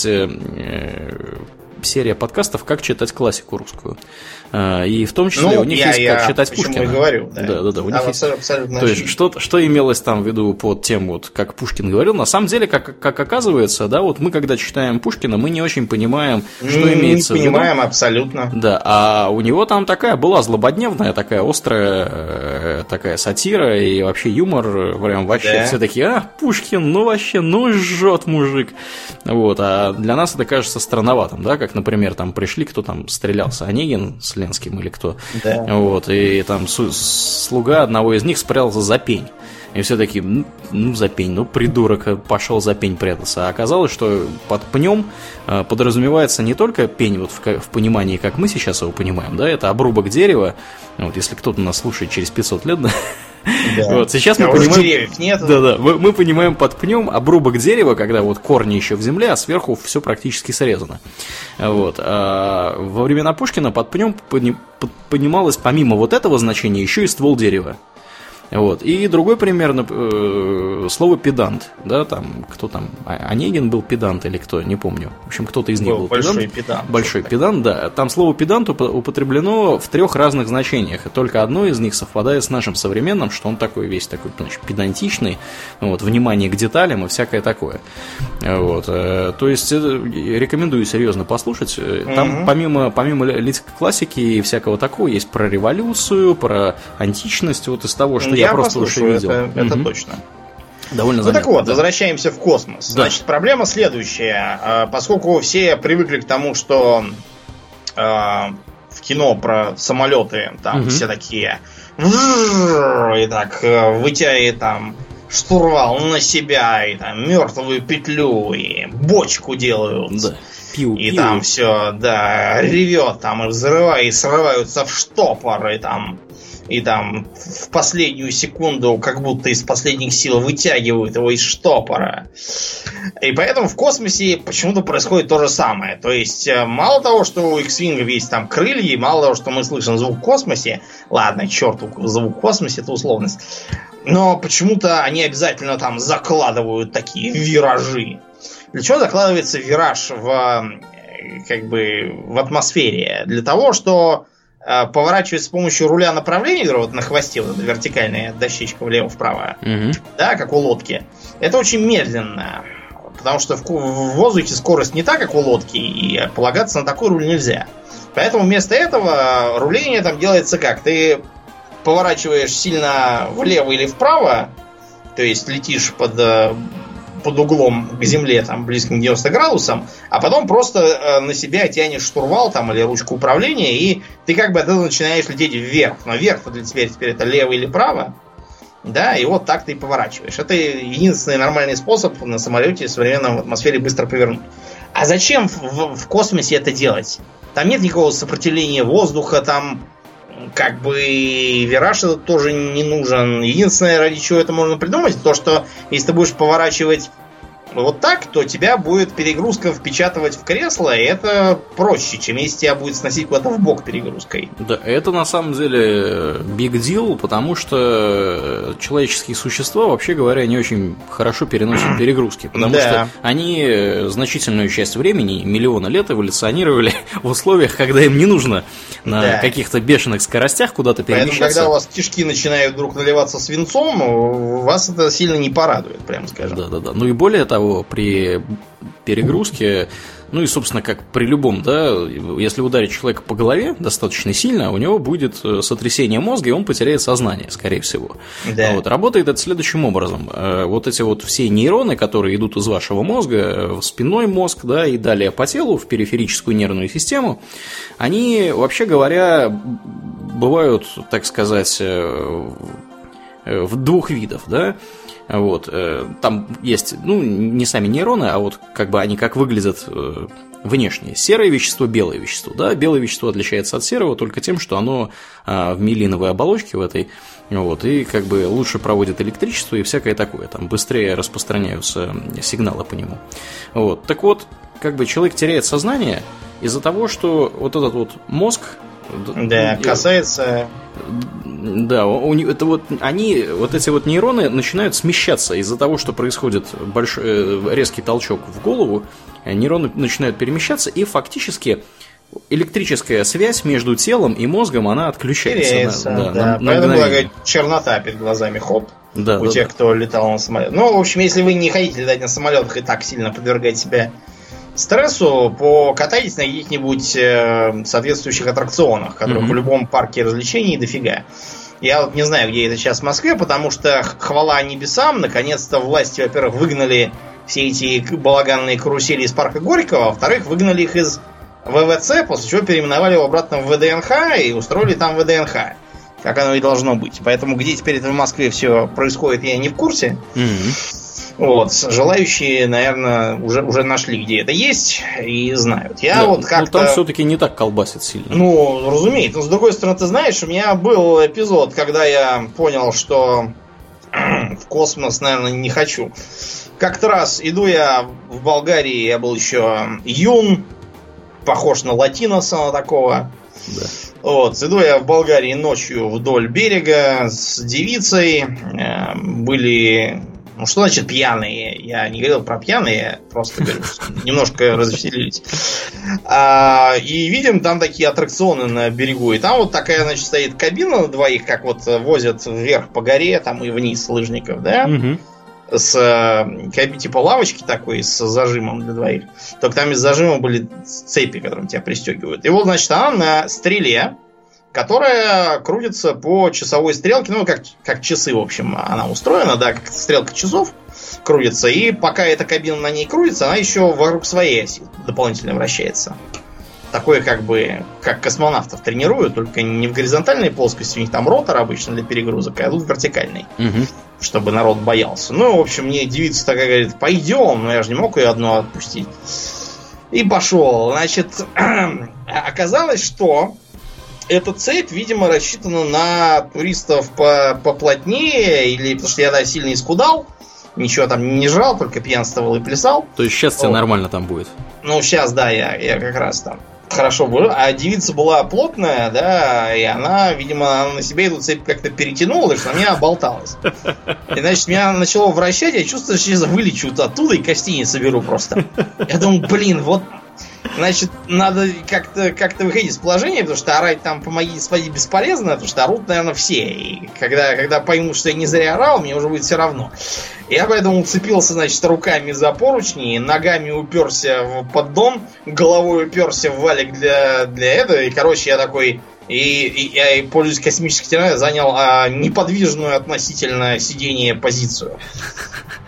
серия подкастов «Как читать классику русскую». И в том числе у них есть «Как читать Пушкина». Я говорю, да. У них есть... То есть, что имелось там в виду под тем, вот, как Пушкин говорил, на самом деле, как оказывается, да, вот мы, когда читаем Пушкина, мы не очень понимаем, что имеется в виду. Не понимаем абсолютно. Да, а у него там такая была злободневная, такая острая, такая сатира и вообще юмор, прям вообще все такие: Пушкин, ну вообще, ну жжет мужик. Вот, а для нас это кажется странноватым, да, как, например, там пришли, кто там стрелялся, Онегин с Ленским или кто, вот, и там слуга одного из них спрятался за пень. И все такие: ну за пень, ну придурок, пошел за пень прятаться. А оказалось, что под пнем подразумевается не только пень вот в понимании, как мы сейчас его понимаем, да, это обрубок дерева. Вот, если кто-то нас слушает через 500 лет, да. Вот, сейчас мы понимаем, деревьев нет. Мы понимаем под пнем обрубок дерева, когда вот корни еще в земле, а сверху все практически срезано. Вот. А во времена Пушкина под пнем понималось помимо вот этого значения еще и ствол дерева. Вот. И другой пример, слово педант, да, там, кто там, Онегин был педант или кто, не помню. В общем, кто-то из них был педант. Большой педант, да. Там слово педант употреблено в 3 разных значениях, и только одно из них совпадает с нашим современным, что он такой весь такой, значит, педантичный, вот, внимание к деталям и всякое такое. Вот. То есть рекомендую серьезно послушать. Там помимо классики и всякого такого есть про революцию, про античность, вот из того, что я просто уже видел. Это точно. Довольно занятно. Так вот, возвращаемся в космос. Да. Значит, проблема следующая. Поскольку все привыкли к тому, что в кино про самолеты там все такие и так вытягивает там штурвал на себя, и там мертвую петлю, и бочку делают. Да. И там все, да, ревет, там и взрывает, и срываются в штопор, и там в последнюю секунду как будто из последних сил вытягивают его из штопора. И поэтому в космосе почему-то происходит то же самое. То есть мало того, что у X-Wing есть там крылья, мало того, что мы слышим звук в космосе, ладно, черт, звук в космосе — это условность, но почему-то они обязательно там закладывают такие виражи. Для чего закладывается вираж в атмосфере? Для того, что поворачивать с помощью руля направления, вот на хвосте вот эта вертикальная дощечка влево-вправо, да, как у лодки, это очень медленно, потому что в воздухе скорость не так, как у лодки, и полагаться на такой руль нельзя. Поэтому вместо этого руление там делается как? Ты поворачиваешь сильно влево или вправо, то есть летишь под под углом к земле, там, близким к 90 градусам, а потом просто на себя тянешь штурвал там, или ручку управления, и ты как бы от этого начинаешь лететь вверх. Но вверх-то для тебя теперь это лево или право. Да, и вот так ты и поворачиваешь. Это единственный нормальный способ на самолете в современной атмосфере быстро повернуть. А зачем в космосе это делать? Там нет никакого сопротивления воздуха, там как бы вираж этот тоже не нужен. Единственное, ради чего это можно придумать, то, что если ты будешь поворачивать вот так, то тебя будет перегрузка впечатывать в кресло, и это проще, чем если тебя будет сносить куда-то в бок перегрузкой. Да, это на самом деле big deal, потому что человеческие существа, вообще говоря, не очень хорошо переносят перегрузки, потому что они значительную часть времени, миллионы лет эволюционировали в условиях, когда им не нужно на каких-то бешеных скоростях куда-то перемещаться. Поэтому, когда у вас кишки начинают вдруг наливаться свинцом, вас это сильно не порадует, прямо скажем. Да. Ну и более того, при перегрузке, ну и, собственно, как при любом, да, если ударить человека по голове достаточно сильно, у него будет сотрясение мозга, и он потеряет сознание, скорее всего. Да. Вот, работает это следующим образом. Вот эти вот все нейроны, которые идут из вашего мозга в спинной мозг, да, и далее по телу, в периферическую нервную систему, они, вообще говоря, бывают, так сказать, в двух видах, да. Вот, там есть, ну, не сами нейроны, а вот как бы они как выглядят внешне. Серое вещество, белое вещество, да, белое вещество отличается от серого только тем, что оно в миелиновой оболочке в этой, вот, и как бы лучше проводит электричество и всякое такое, там быстрее распространяются сигналы по нему. Вот, так вот, как бы человек теряет сознание из-за того, что вот этот вот мозг, да, касается. Да, это вот они, вот эти вот нейроны начинают смещаться из-за того, что происходит резкий толчок в голову, нейроны начинают перемещаться, и фактически электрическая связь между телом и мозгом, она отключается. Поэтому была чернота перед глазами, хоп, у тех, кто летал на самолете. Ну, в общем, если вы не хотите летать на самолетах и так сильно подвергать себя стрессу, покатайтесь на каких-нибудь соответствующих аттракционах, которые в любом парке развлечений дофига. Я вот не знаю, где это сейчас в Москве, потому что, хвала небесам, наконец-то власти, во-первых, выгнали все эти балаганные карусели из парка Горького, а во-вторых, выгнали их из ВВЦ, после чего переименовали его обратно в ВДНХ и устроили там ВДНХ, как оно и должно быть. Поэтому где теперь это в Москве все происходит, я не в курсе. Вот, желающие, наверное, уже нашли, где это есть, и знают. Я вот как-то... Ну, там все-таки не так колбасит сильно. Ну, разумеется. Но, с другой стороны, ты знаешь, у меня был эпизод, когда я понял, что в космос, наверное, не хочу. Как-то раз иду я в Болгарии, я был еще юн, похож на латиноса, на такого. Да. Вот, иду я в Болгарии ночью вдоль берега с девицей. Были... Ну, что значит пьяные? Я не говорил про пьяные, я просто говорю, немножко развеселились. И видим там такие аттракционы на берегу. И там вот такая, значит, стоит кабина на двоих, как вот возят вверх по горе, там и вниз лыжников, да? С типа лавочки такой, с зажимом для двоих. Только там из зажима были цепи, которым тебя пристегивают. И вот, значит, она на стреле, которая крутится по часовой стрелке, ну, как часы, в общем, она устроена, да, как стрелка часов крутится, и пока эта кабина на ней крутится, она еще вокруг своей оси дополнительно вращается. Такое как бы, как космонавтов тренируют, только не в горизонтальной плоскости, у них там ротор обычно для перегрузок, а тут вертикальный, чтобы народ боялся. Ну, в общем, мне девица такая говорит, пойдем, но я же не мог ее одну отпустить. И пошел. Значит, оказалось, что эта цепь, видимо, рассчитана на туристов поплотнее, или потому что я, да, сильно искудал, ничего там не жрал, только пьянствовал и плясал. То есть сейчас тебе нормально там будет? Ну, сейчас, да, я как раз там хорошо был. А девица была плотная, да, и она, видимо, она на себе эту цепь как-то перетянула, потому что на меня болталась. И, значит, меня начало вращать, я чувствую, что сейчас вылечу оттуда и костей не соберу просто. Я думаю, блин, вот... Значит, надо как-то выходить из положения, потому что орать там «помоги, спаси» бесполезно, потому что орут, наверное, все. И когда поймут, что я не зря орал, мне уже будет все равно. Я поэтому уцепился, значит, руками за поручни, ногами уперся в поддон, головой уперся в валик для этого. И, короче, я такой... И я, пользуясь космической терминологией, занял неподвижную относительно сидения позицию.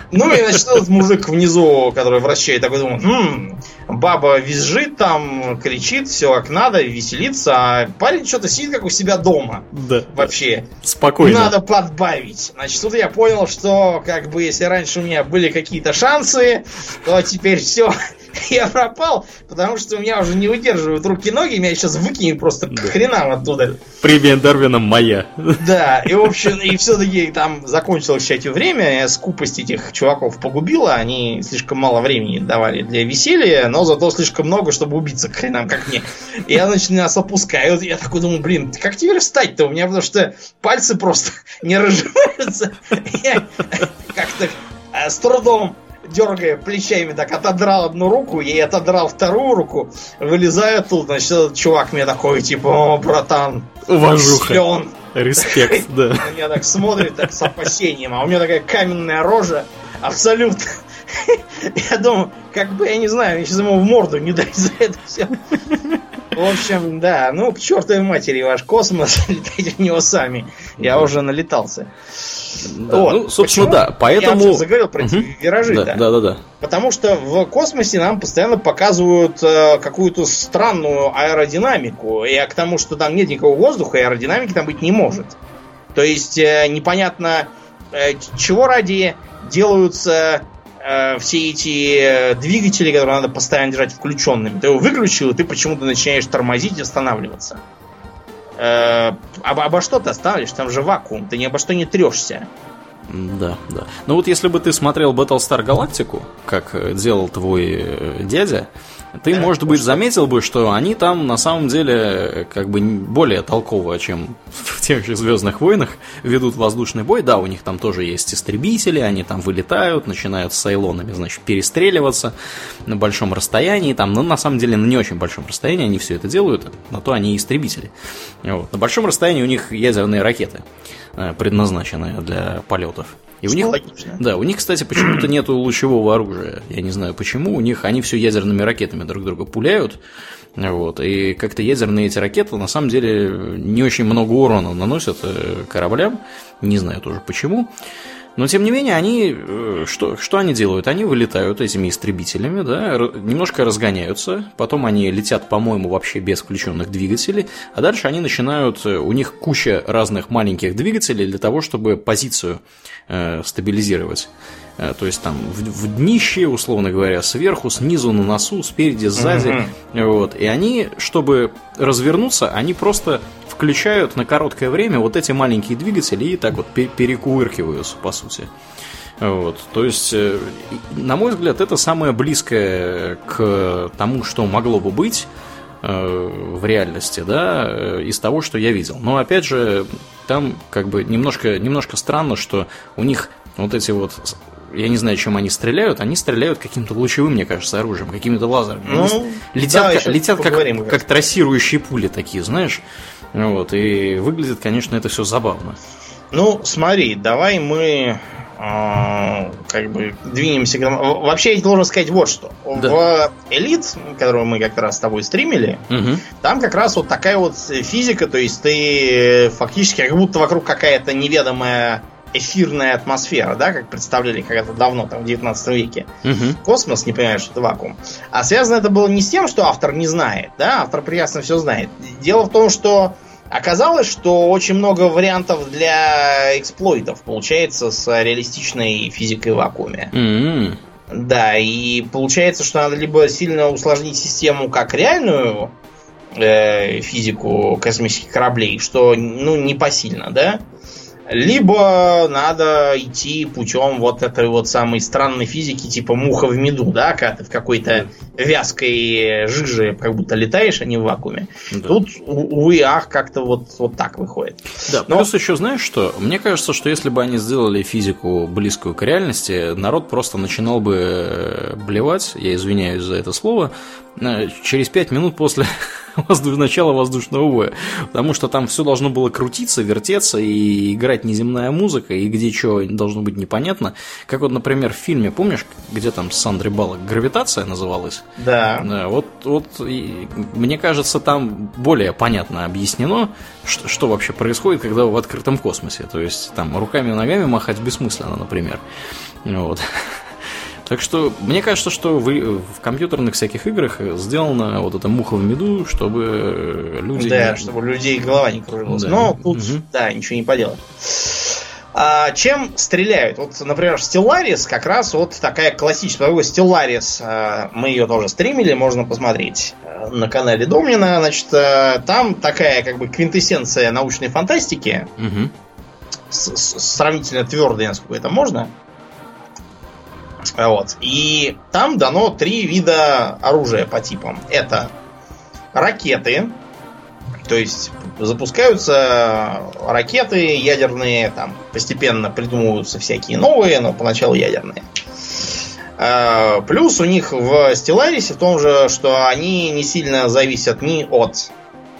Ну и, значит, этот мужик внизу, который вращает, такой думает, баба визжит там, кричит, все как надо, веселится, а парень что-то сидит как у себя дома. Да. Вообще. Спокойно. Надо подбавить. Значит, тут я понял, что, как бы, если раньше у меня были какие-то шансы, то теперь все, я пропал, потому что у меня уже не выдерживают руки-ноги, меня сейчас выкинет просто к хренам оттуда. Премия Дарвина моя. Да, и в общем, и все-таки там закончилось, кстати, время, скупость этих чуваков погубила, они слишком мало времени давали для веселья, но зато слишком много, чтобы убиться к хренам, как мне. И я, значит, нас опускаю, я такой думаю, блин, как теперь встать-то у меня, потому что пальцы просто не разжимаются. Я как-то с трудом, дергая плечами, так отодрал одну руку и отодрал вторую руку, вылезаю тут, значит, этот чувак мне такой, типа, о, братан, уважуха, силен. Респект, да. На меня так смотрит, так с опасением, а у меня такая каменная рожа, абсолютно. Я думаю, как бы, я не знаю, я сейчас ему в морду не дать за это все. В общем, да, ну, к чертовой матери ваш космос, летайте в него сами. Я уже налетался. Да, вот. Ну, собственно, почему да, поэтому... Я заговорил про эти виражи-то. Да. Потому что в космосе нам постоянно показывают какую-то странную аэродинамику. И к тому, что там нет никакого воздуха, и аэродинамики там быть не может. То есть непонятно, чего ради делаются все эти двигатели, которые надо постоянно держать включенными. Ты его выключил, и ты почему-то начинаешь тормозить и останавливаться. Обо что ты останавливаешь? Там же вакуум, ты ни обо что не трешься. Да. Ну вот если бы ты смотрел Battlestar Galactica, как делал твой дядя, ты, может быть, заметил бы, что они там на самом деле как бы более толково, чем в тех же «Звездных войнах», ведут воздушный бой. Да, у них там тоже есть истребители, они там вылетают, начинают с сайлонами, значит, перестреливаться на большом расстоянии. Там, ну, на самом деле, на не очень большом расстоянии они все это делают, на то они и истребители. Вот. На большом расстоянии у них ядерные ракеты, предназначенные для полетов. И у них, да, у них, кстати, почему-то нету лучевого оружия. Я не знаю почему. У них они все ядерными ракетами друг друга пуляют. Вот, и как-то ядерные эти ракеты на самом деле не очень много урона наносят кораблям. Не знаю тоже почему. Но, тем не менее, они что они делают? Они вылетают этими истребителями, да, немножко разгоняются, потом они летят, по-моему, вообще без включенных двигателей, а дальше они начинают, у них куча разных маленьких двигателей для того, чтобы позицию стабилизировать. То есть там в днище, условно говоря, сверху, снизу, на носу, спереди, сзади. Вот. И они, чтобы развернуться, они просто включают на короткое время вот эти маленькие двигатели и так вот перекувыркиваются, по сути. Вот. То есть, на мой взгляд, это самое близкое к тому, что могло бы быть в реальности, да, из того, что я видел. Но опять же, там как бы немножко странно, что у них вот эти вот, я не знаю, чем они стреляют каким-то лучевым, мне кажется, оружием, какими-то лазерами. Ну, летят как трассирующие пули такие, знаешь. Вот, и выглядит, конечно, это все забавно. Ну, смотри, давай мы как бы двинемся. Вообще, я должен сказать вот что. Да. В Элит, которую мы как раз с тобой стримили, там как раз вот такая вот физика, то есть ты фактически как будто вокруг какая-то неведомая эфирная атмосфера, да, как представляли когда-то давно, там, в 19 веке. Космос, не понимаешь, что это вакуум. А связано это было не с тем, что автор не знает, да, автор прекрасно все знает. Дело в том, что оказалось, что очень много вариантов для эксплойтов получается с реалистичной физикой в вакууме. Да, и получается, что надо либо сильно усложнить систему как реальную физику космических кораблей, что, ну, непосильно, да, либо надо идти путем вот этой вот самой странной физики, типа муха в меду, да, когда ты в какой-то вязкой жиже как будто летаешь, а не в вакууме. Да. Тут, увы, ах, как-то вот так выходит. Да, плюс еще знаешь что? Мне кажется, что если бы они сделали физику близкую к реальности, народ просто начинал бы блевать, я извиняюсь за это слово, через 5 минут после начало воздушного боя. Потому что там все должно было крутиться, вертеться и играть неземная музыка, и где что должно быть непонятно. Как вот, например, в фильме, помнишь, где там с Сандрой Баллок «Гравитация» называлась? Да. Вот мне кажется, там более понятно объяснено, что вообще происходит, когда вы в открытом космосе. То есть там руками и ногами махать бессмысленно, например. Вот. Так что, мне кажется, что в компьютерных всяких играх сделана вот эта муха в меду, чтобы люди... Да, чтобы у людей голова не кружилась. Да. Но тут, да, ничего не поделать. Чем стреляют? Вот, например, Stellaris как раз вот такая классическая. Stellaris, мы ее тоже стримили, можно посмотреть на канале Домнина. Значит, там такая как бы квинтэссенция научной фантастики. Сравнительно твердая, насколько это можно. Вот. И там дано 3 вида оружия по типам. Это ракеты, то есть запускаются ракеты ядерные, там постепенно придумываются всякие новые, но поначалу ядерные. Плюс у них в Stellaris в том же, что они не сильно зависят ни от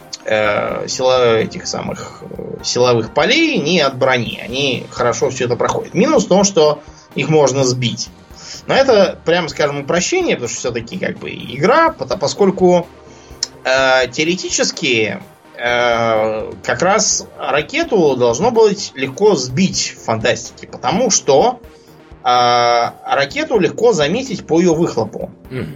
силовых полей, ни от брони. Они хорошо все это проходят. Минус в том, что их можно сбить. Но это, прямо скажем, упрощение, потому что все-таки как бы игра, поскольку теоретически как раз ракету должно быть легко сбить в фантастике, потому что ракету легко заметить по ее выхлопу.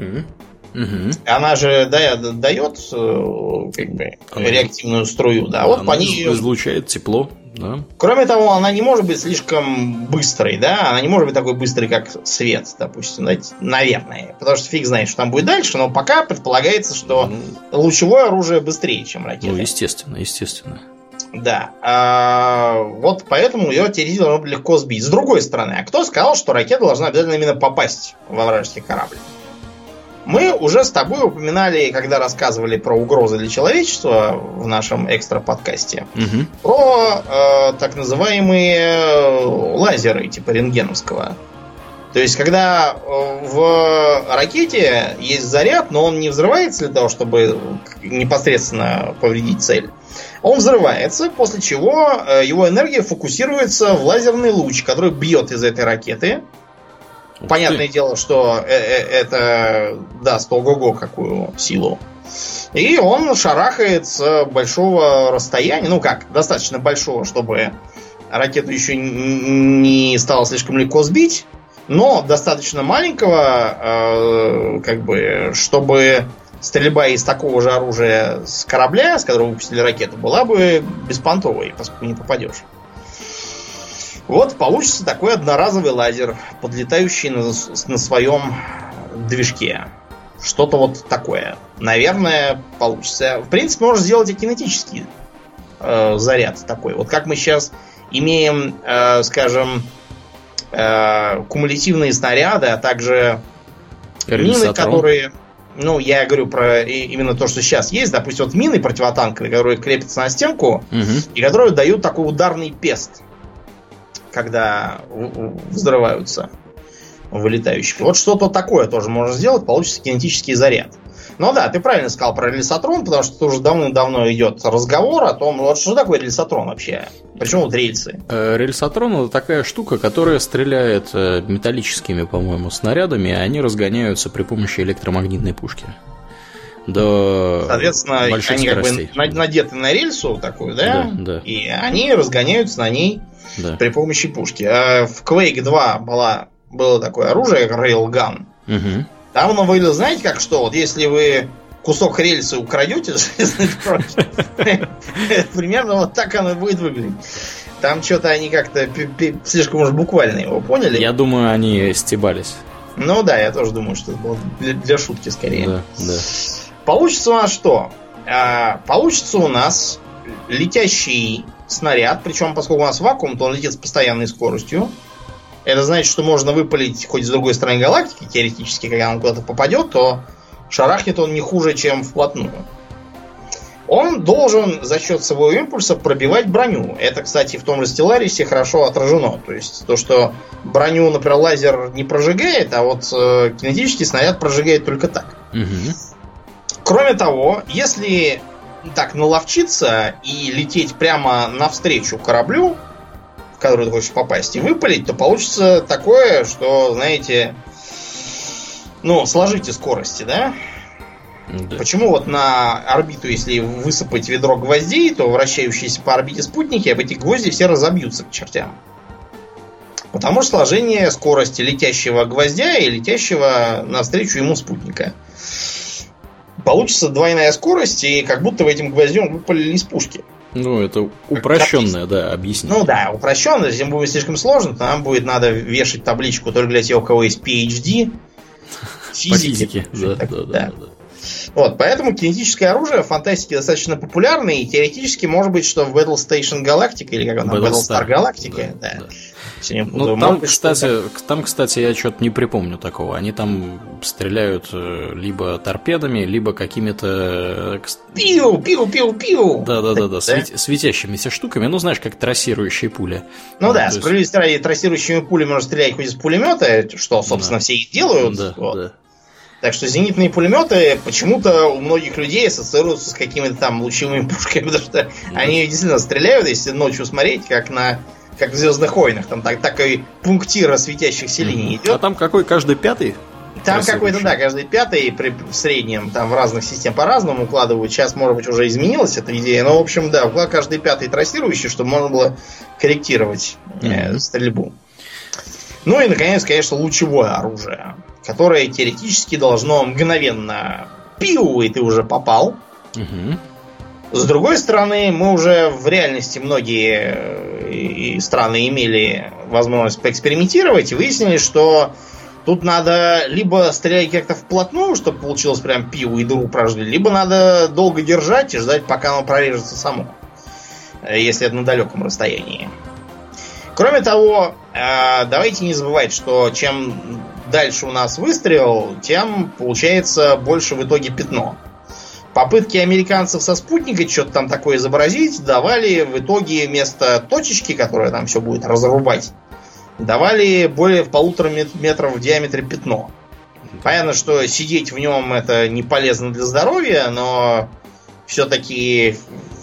Она же дает как бы реактивную струю, да. Вот по ней излучает тепло. Да. Кроме того, она не может быть слишком быстрой, да, она не может быть такой быстрой, как свет, допустим, наверное, потому что фиг знает, что там будет дальше, но пока предполагается, что лучевое оружие быстрее, чем ракета. Ну, естественно. Да, вот поэтому ее теоретически должно быть легко сбить. С другой стороны, а кто сказал, что ракета должна обязательно именно попасть во вражеский корабль? Мы уже с тобой упоминали, когда рассказывали про угрозы для человечества в нашем экстра-подкасте, про так называемые лазеры типа рентгеновского. То есть, когда в ракете есть заряд, но он не взрывается для того, чтобы непосредственно повредить цель. Он взрывается, после чего его энергия фокусируется в лазерный луч, который бьет из этой ракеты. Понятное дело, что это даст ого-го какую силу. И он шарахает с большого расстояния. Ну как, достаточно большого, чтобы ракету еще не стало слишком легко сбить. Но достаточно маленького, как бы, чтобы стрельба из такого же оружия с корабля, с которого выпустили ракету, была бы беспонтовой, поскольку не попадешь. Вот получится такой одноразовый лазер, подлетающий на своем движке. Что-то вот такое. Наверное, получится. В принципе, можно сделать и кинетический заряд такой. Вот как мы сейчас имеем, скажем, кумулятивные снаряды, а также мины, которые... Ну, я говорю про именно то, что сейчас есть. Допустим, вот мины противотанковые, которые крепятся на стенку, и которые дают такой ударный пест, когда взрываются вылетающие. Вот что-то такое тоже можно сделать, получится кинетический заряд. Ну да, ты правильно сказал про рельсотрон, потому что уже давно идет разговор о том, вот что такое рельсотрон вообще. Причем вот рельсы. Рельсотрон — это такая штука, которая стреляет металлическими, по-моему, снарядами, и они разгоняются при помощи электромагнитной пушки. До соответственно, больших они скоростей. Как бы надеты на рельсу такую, да? Да. И они разгоняются на ней при помощи пушки. В Quake 2 было такое оружие, как Railgun. Там оно выглядело, знаете, как что? Вот если вы кусок рельсы украдете, примерно вот так оно будет выглядеть. Там что-то они как-то слишком уж буквально его поняли. Я думаю, они стебались. Ну да, я тоже думаю, что это было для шутки скорее. Да. Получится у нас что? Получится у нас летящий снаряд, причем поскольку у нас вакуум, то он летит с постоянной скоростью. Это значит, что можно выпалить хоть с другой стороны галактики, теоретически, когда он куда-то попадет, то шарахнет он не хуже, чем вплотную. Он должен за счет своего импульса пробивать броню. Это, кстати, в том же Stellaris хорошо отражено. То есть то, что броню, например, лазер не прожигает, а вот кинетический снаряд прожигает только так. Кроме того, если так наловчиться и лететь прямо навстречу кораблю, в который ты хочешь попасть, и выпалить, то получится такое, что, знаете, сложите скорости, да? Да. Почему вот на орбиту, если высыпать ведро гвоздей, то вращающиеся по орбите спутники, об эти гвозди все разобьются к чертям. Потому что сложение скорости летящего гвоздя и летящего навстречу ему спутника. Получится двойная скорость, и как будто в этим гвоздем выпалили из пушки. Это упрощенное, да, объяснение. Упрощенное. Если будет слишком сложно, то нам будет надо вешать табличку только для тех, у кого есть PhD. По физике. Да. Вот, поэтому кинетическое оружие в фантастике достаточно популярно, и теоретически может быть, что в Battlestation Galactica, или как она, Battlestar Galactica, да. Там, кстати, я что-то не припомню такого. Они там стреляют либо торпедами, либо какими-то... Пиу-пиу-пиу-пиу! Да, светящимися штуками. Знаешь, как трассирующие пули. Справедливости ради, трассирующими пулями можно стрелять хоть из пулемета, что, собственно, все и делают. Да. Так что зенитные пулеметы почему-то у многих людей ассоциируются с какими-то там лучевыми пушками, потому что они действительно стреляют, если ночью смотреть, как в «Звездных войнах». Там такой пунктир светящихся линий идет. А там какой? Каждый пятый? Там какой-то, каждый пятый в среднем, там в разных системах по-разному укладывают. Сейчас, может быть, уже изменилась эта идея. Но, в общем, каждый пятый трассирующий, чтобы можно было корректировать стрельбу. И, наконец, конечно, лучевое оружие, которое теоретически должно мгновенно пиу, и ты уже попал. С другой стороны, мы уже в реальности многие страны имели возможность поэкспериментировать и выяснили, что тут надо либо стрелять как-то вплотную, чтобы получилось прям пиу и дыру прожгли, либо надо долго держать и ждать, пока оно прорежется само, если это на далеком расстоянии. Кроме того, давайте не забывать, что чем дальше у нас выстрел, тем получается больше в итоге пятно. Попытки американцев со спутника что-то там такое изобразить давали в итоге вместо точечки, которая там все будет разрубать, давали более 1,5 метров в диаметре пятно. Понятно, что сидеть в нем это не полезно для здоровья, но все-таки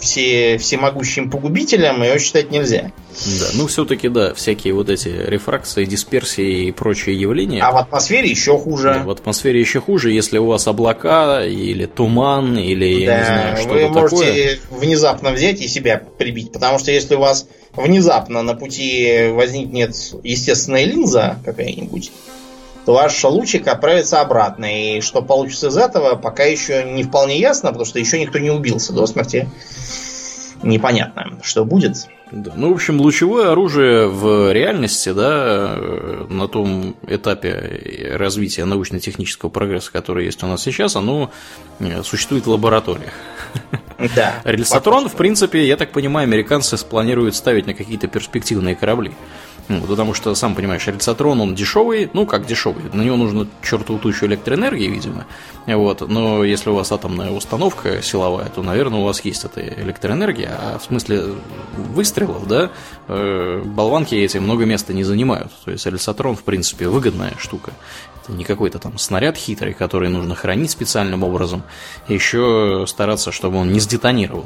всемогущим погубителем его считать нельзя. Да, все-таки, всякие вот эти рефракции, дисперсии и прочие явления. А в атмосфере еще хуже. Да, в атмосфере еще хуже, если у вас облака, или туман, или, я не знаю, что-то такое. Вы можете внезапно взять и себя прибить, потому что если у вас внезапно на пути возникнет естественная линза какая-нибудь, то ваш лучик отправится обратно. И что получится из этого, пока еще не вполне ясно, потому что еще никто не убился до смерти. Непонятно, что будет. Да. В общем, лучевое оружие в реальности, на том этапе развития научно-технического прогресса, который есть у нас сейчас, оно существует в лабораториях. Да. Рельсотрон, в принципе, я так понимаю, американцы спланируют ставить на какие-то перспективные корабли. Потому что, сам понимаешь, рельсотрон, он дешевый, как дешевый, на него нужно чертову тучу электроэнергии, видимо. Но если у вас атомная установка силовая, то, наверное, у вас есть эта электроэнергия, а в смысле выстрелов, болванки эти много места не занимают. То есть рельсотрон, в принципе, выгодная штука. Это не какой-то там снаряд хитрый, который нужно хранить специальным образом, и еще стараться, чтобы он не сдетонировал.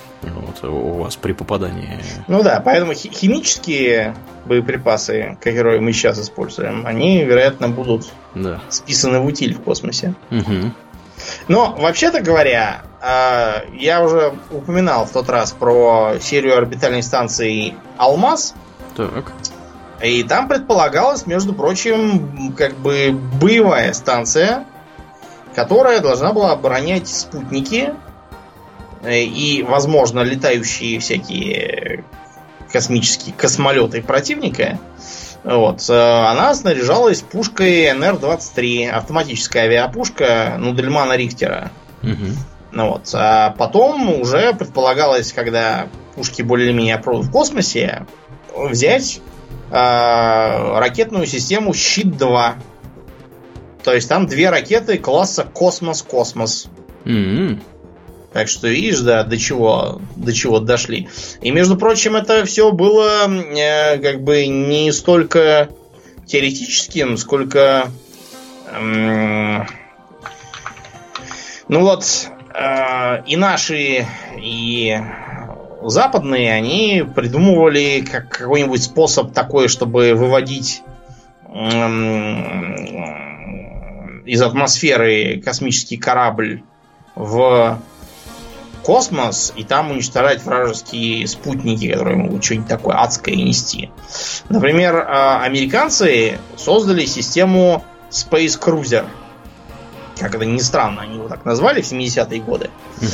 У вас при попадании. Поэтому химические боеприпасы, которые мы сейчас используем, они, вероятно, будут списаны в утиль в космосе. Но, вообще-то говоря, я уже упоминал в тот раз про серию орбитальной станции «Алмаз». Так. И там предполагалась, между прочим, боевая станция, которая должна была оборонять спутники и, возможно, летающие всякие космические космолеты противника. Она снаряжалась пушкой НР-23, автоматическая авиапушка Нудельмана Рихтера. А потом уже предполагалось, когда пушки более-менее опробуют в космосе, взять ракетную систему «Щит-2». То есть там 2 ракеты класса «Космос-Космос». Так что, видишь, до чего дошли. И, между прочим, это все было не столько теоретическим, сколько Ну вот, и наши, и западные, они придумывали какой-нибудь способ такой, чтобы выводить из атмосферы космический корабль в космос и там уничтожать вражеские спутники, которые могут что-нибудь такое адское нести. Например, американцы создали систему Space Cruiser. Как это ни странно, они его так назвали в 70-е годы.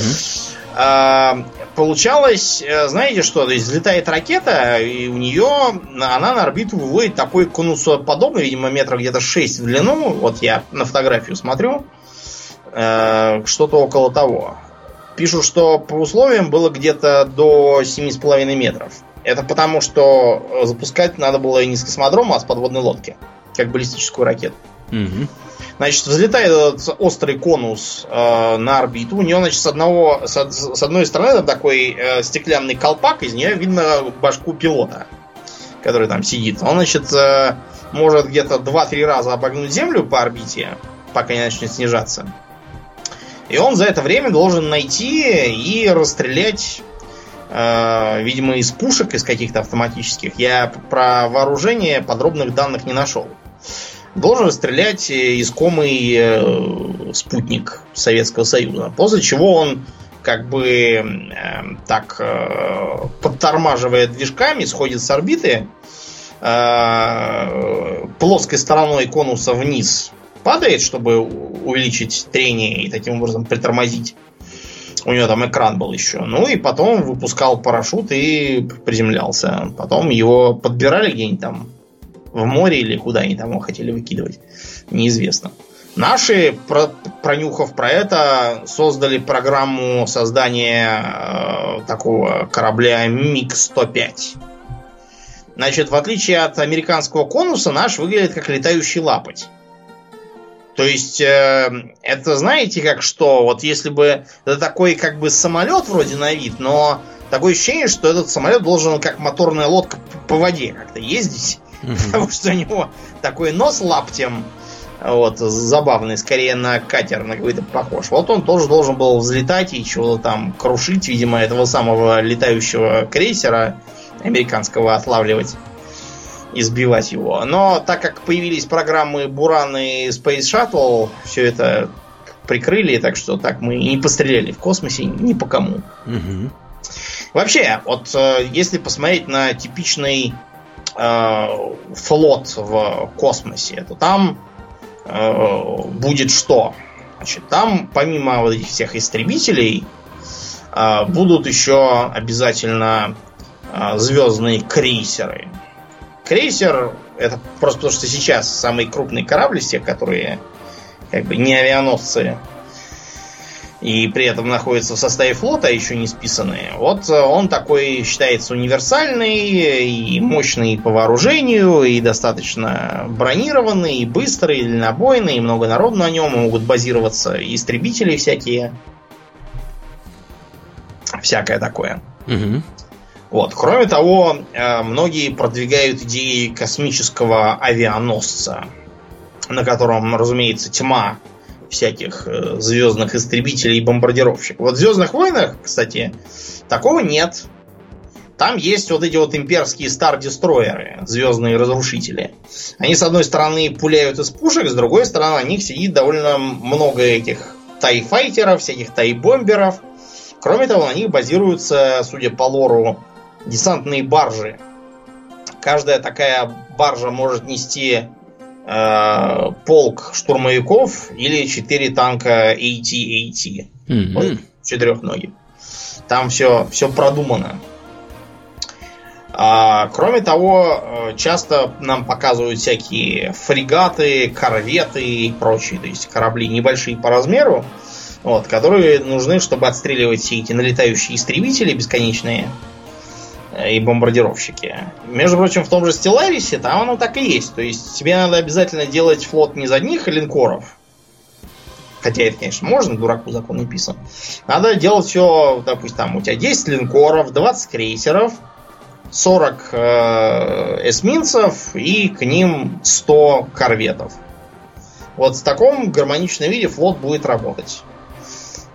Получалось, знаете что, то есть взлетает ракета, и у нее, она на орбиту выводит такой конусоподобный, видимо, метров где-то 6 в длину. Вот я на фотографию смотрю. Что-то около того. Пишут, что по условиям было где-то до 7,5 метров. Это потому, что запускать надо было не с космодрома, а с подводной лодки. Как баллистическую ракету. Значит, взлетает этот острый конус на орбиту. У него, значит, с одной стороны там такой стеклянный колпак, из нее видно башку пилота, который там сидит. Он, значит, может где-то 2-3 раза обогнуть Землю по орбите, пока не начнет снижаться. И он за это время должен найти и расстрелять, видимо, из пушек, из каких-то автоматических. Я про вооружение подробных данных не нашел. Должен расстрелять искомый спутник Советского Союза. После чего он как бы так подтормаживая движками, сходит с орбиты, плоской стороной конуса вниз падает, чтобы увеличить трение и таким образом притормозить. У него там экран был еще. Ну и потом выпускал парашют и приземлялся. Потом его подбирали где-нибудь там в море или куда они там его хотели выкидывать. Неизвестно. Наши, пронюхав про это, создали программу создания такого корабля МиГ-105. Значит, в отличие от американского конуса, наш выглядит как летающий лапоть. То есть, это знаете как что? Вот если бы это такой как бы самолет вроде на вид, но такое ощущение, что этот самолет должен как моторная лодка по воде как-то ездить. Потому что у него такой нос лаптем, вот, забавный, скорее на катер на какой-то похож. Вот он тоже должен был взлетать и чего-то там крушить, видимо, этого самого летающего крейсера американского отлавливать и сбивать его. Но так как появились программы Буран и Space Shuttle, все это прикрыли, так что так мы и не постреляли в космосе ни по кому. Вообще, вот если посмотреть на типичный флот в космосе, то там будет что? Значит, там помимо вот этих всех истребителей будут еще обязательно звездные крейсеры. Крейсер это просто потому, что сейчас самый крупный корабль из тех, которые как бы не авианосцы и при этом находятся в составе флота, еще не списанные. Вот он такой считается универсальный и мощный по вооружению, и достаточно бронированный, и быстрый, и дальнобойный, и много народу на нем, могут базироваться и истребители всякие. Всякое такое. Вот. Кроме того, многие продвигают идеи космического авианосца, на котором, разумеется, тьма всяких звездных истребителей и бомбардировщиков. Вот в «Звездных войнах», кстати, такого нет. Там есть вот эти вот имперские стар-дестройеры, звездные разрушители. Они, с одной стороны, пуляют из пушек, с другой стороны, на них сидит довольно много этих тай-файтеров, всяких тай-бомберов. Кроме того, на них базируются, судя по лору, десантные баржи. Каждая такая баржа может нести полк штурмовиков или 4 танка AT-AT. Вот, четырехногих. Там все продумано. Кроме того, часто нам показывают всякие фрегаты, корветы и прочие, то есть корабли небольшие по размеру, вот, которые нужны, чтобы отстреливать все эти налетающие истребители бесконечные и бомбардировщики. Между прочим, в том же Stellaris там оно так и есть. То есть тебе надо обязательно делать флот не из одних линкоров. Хотя это, конечно, можно, дураку закон не писан. Надо делать все, допустим, там у тебя 10 линкоров, 20 крейсеров, 40 эсминцев и к ним 100 корветов. Вот в таком гармоничном виде флот будет работать.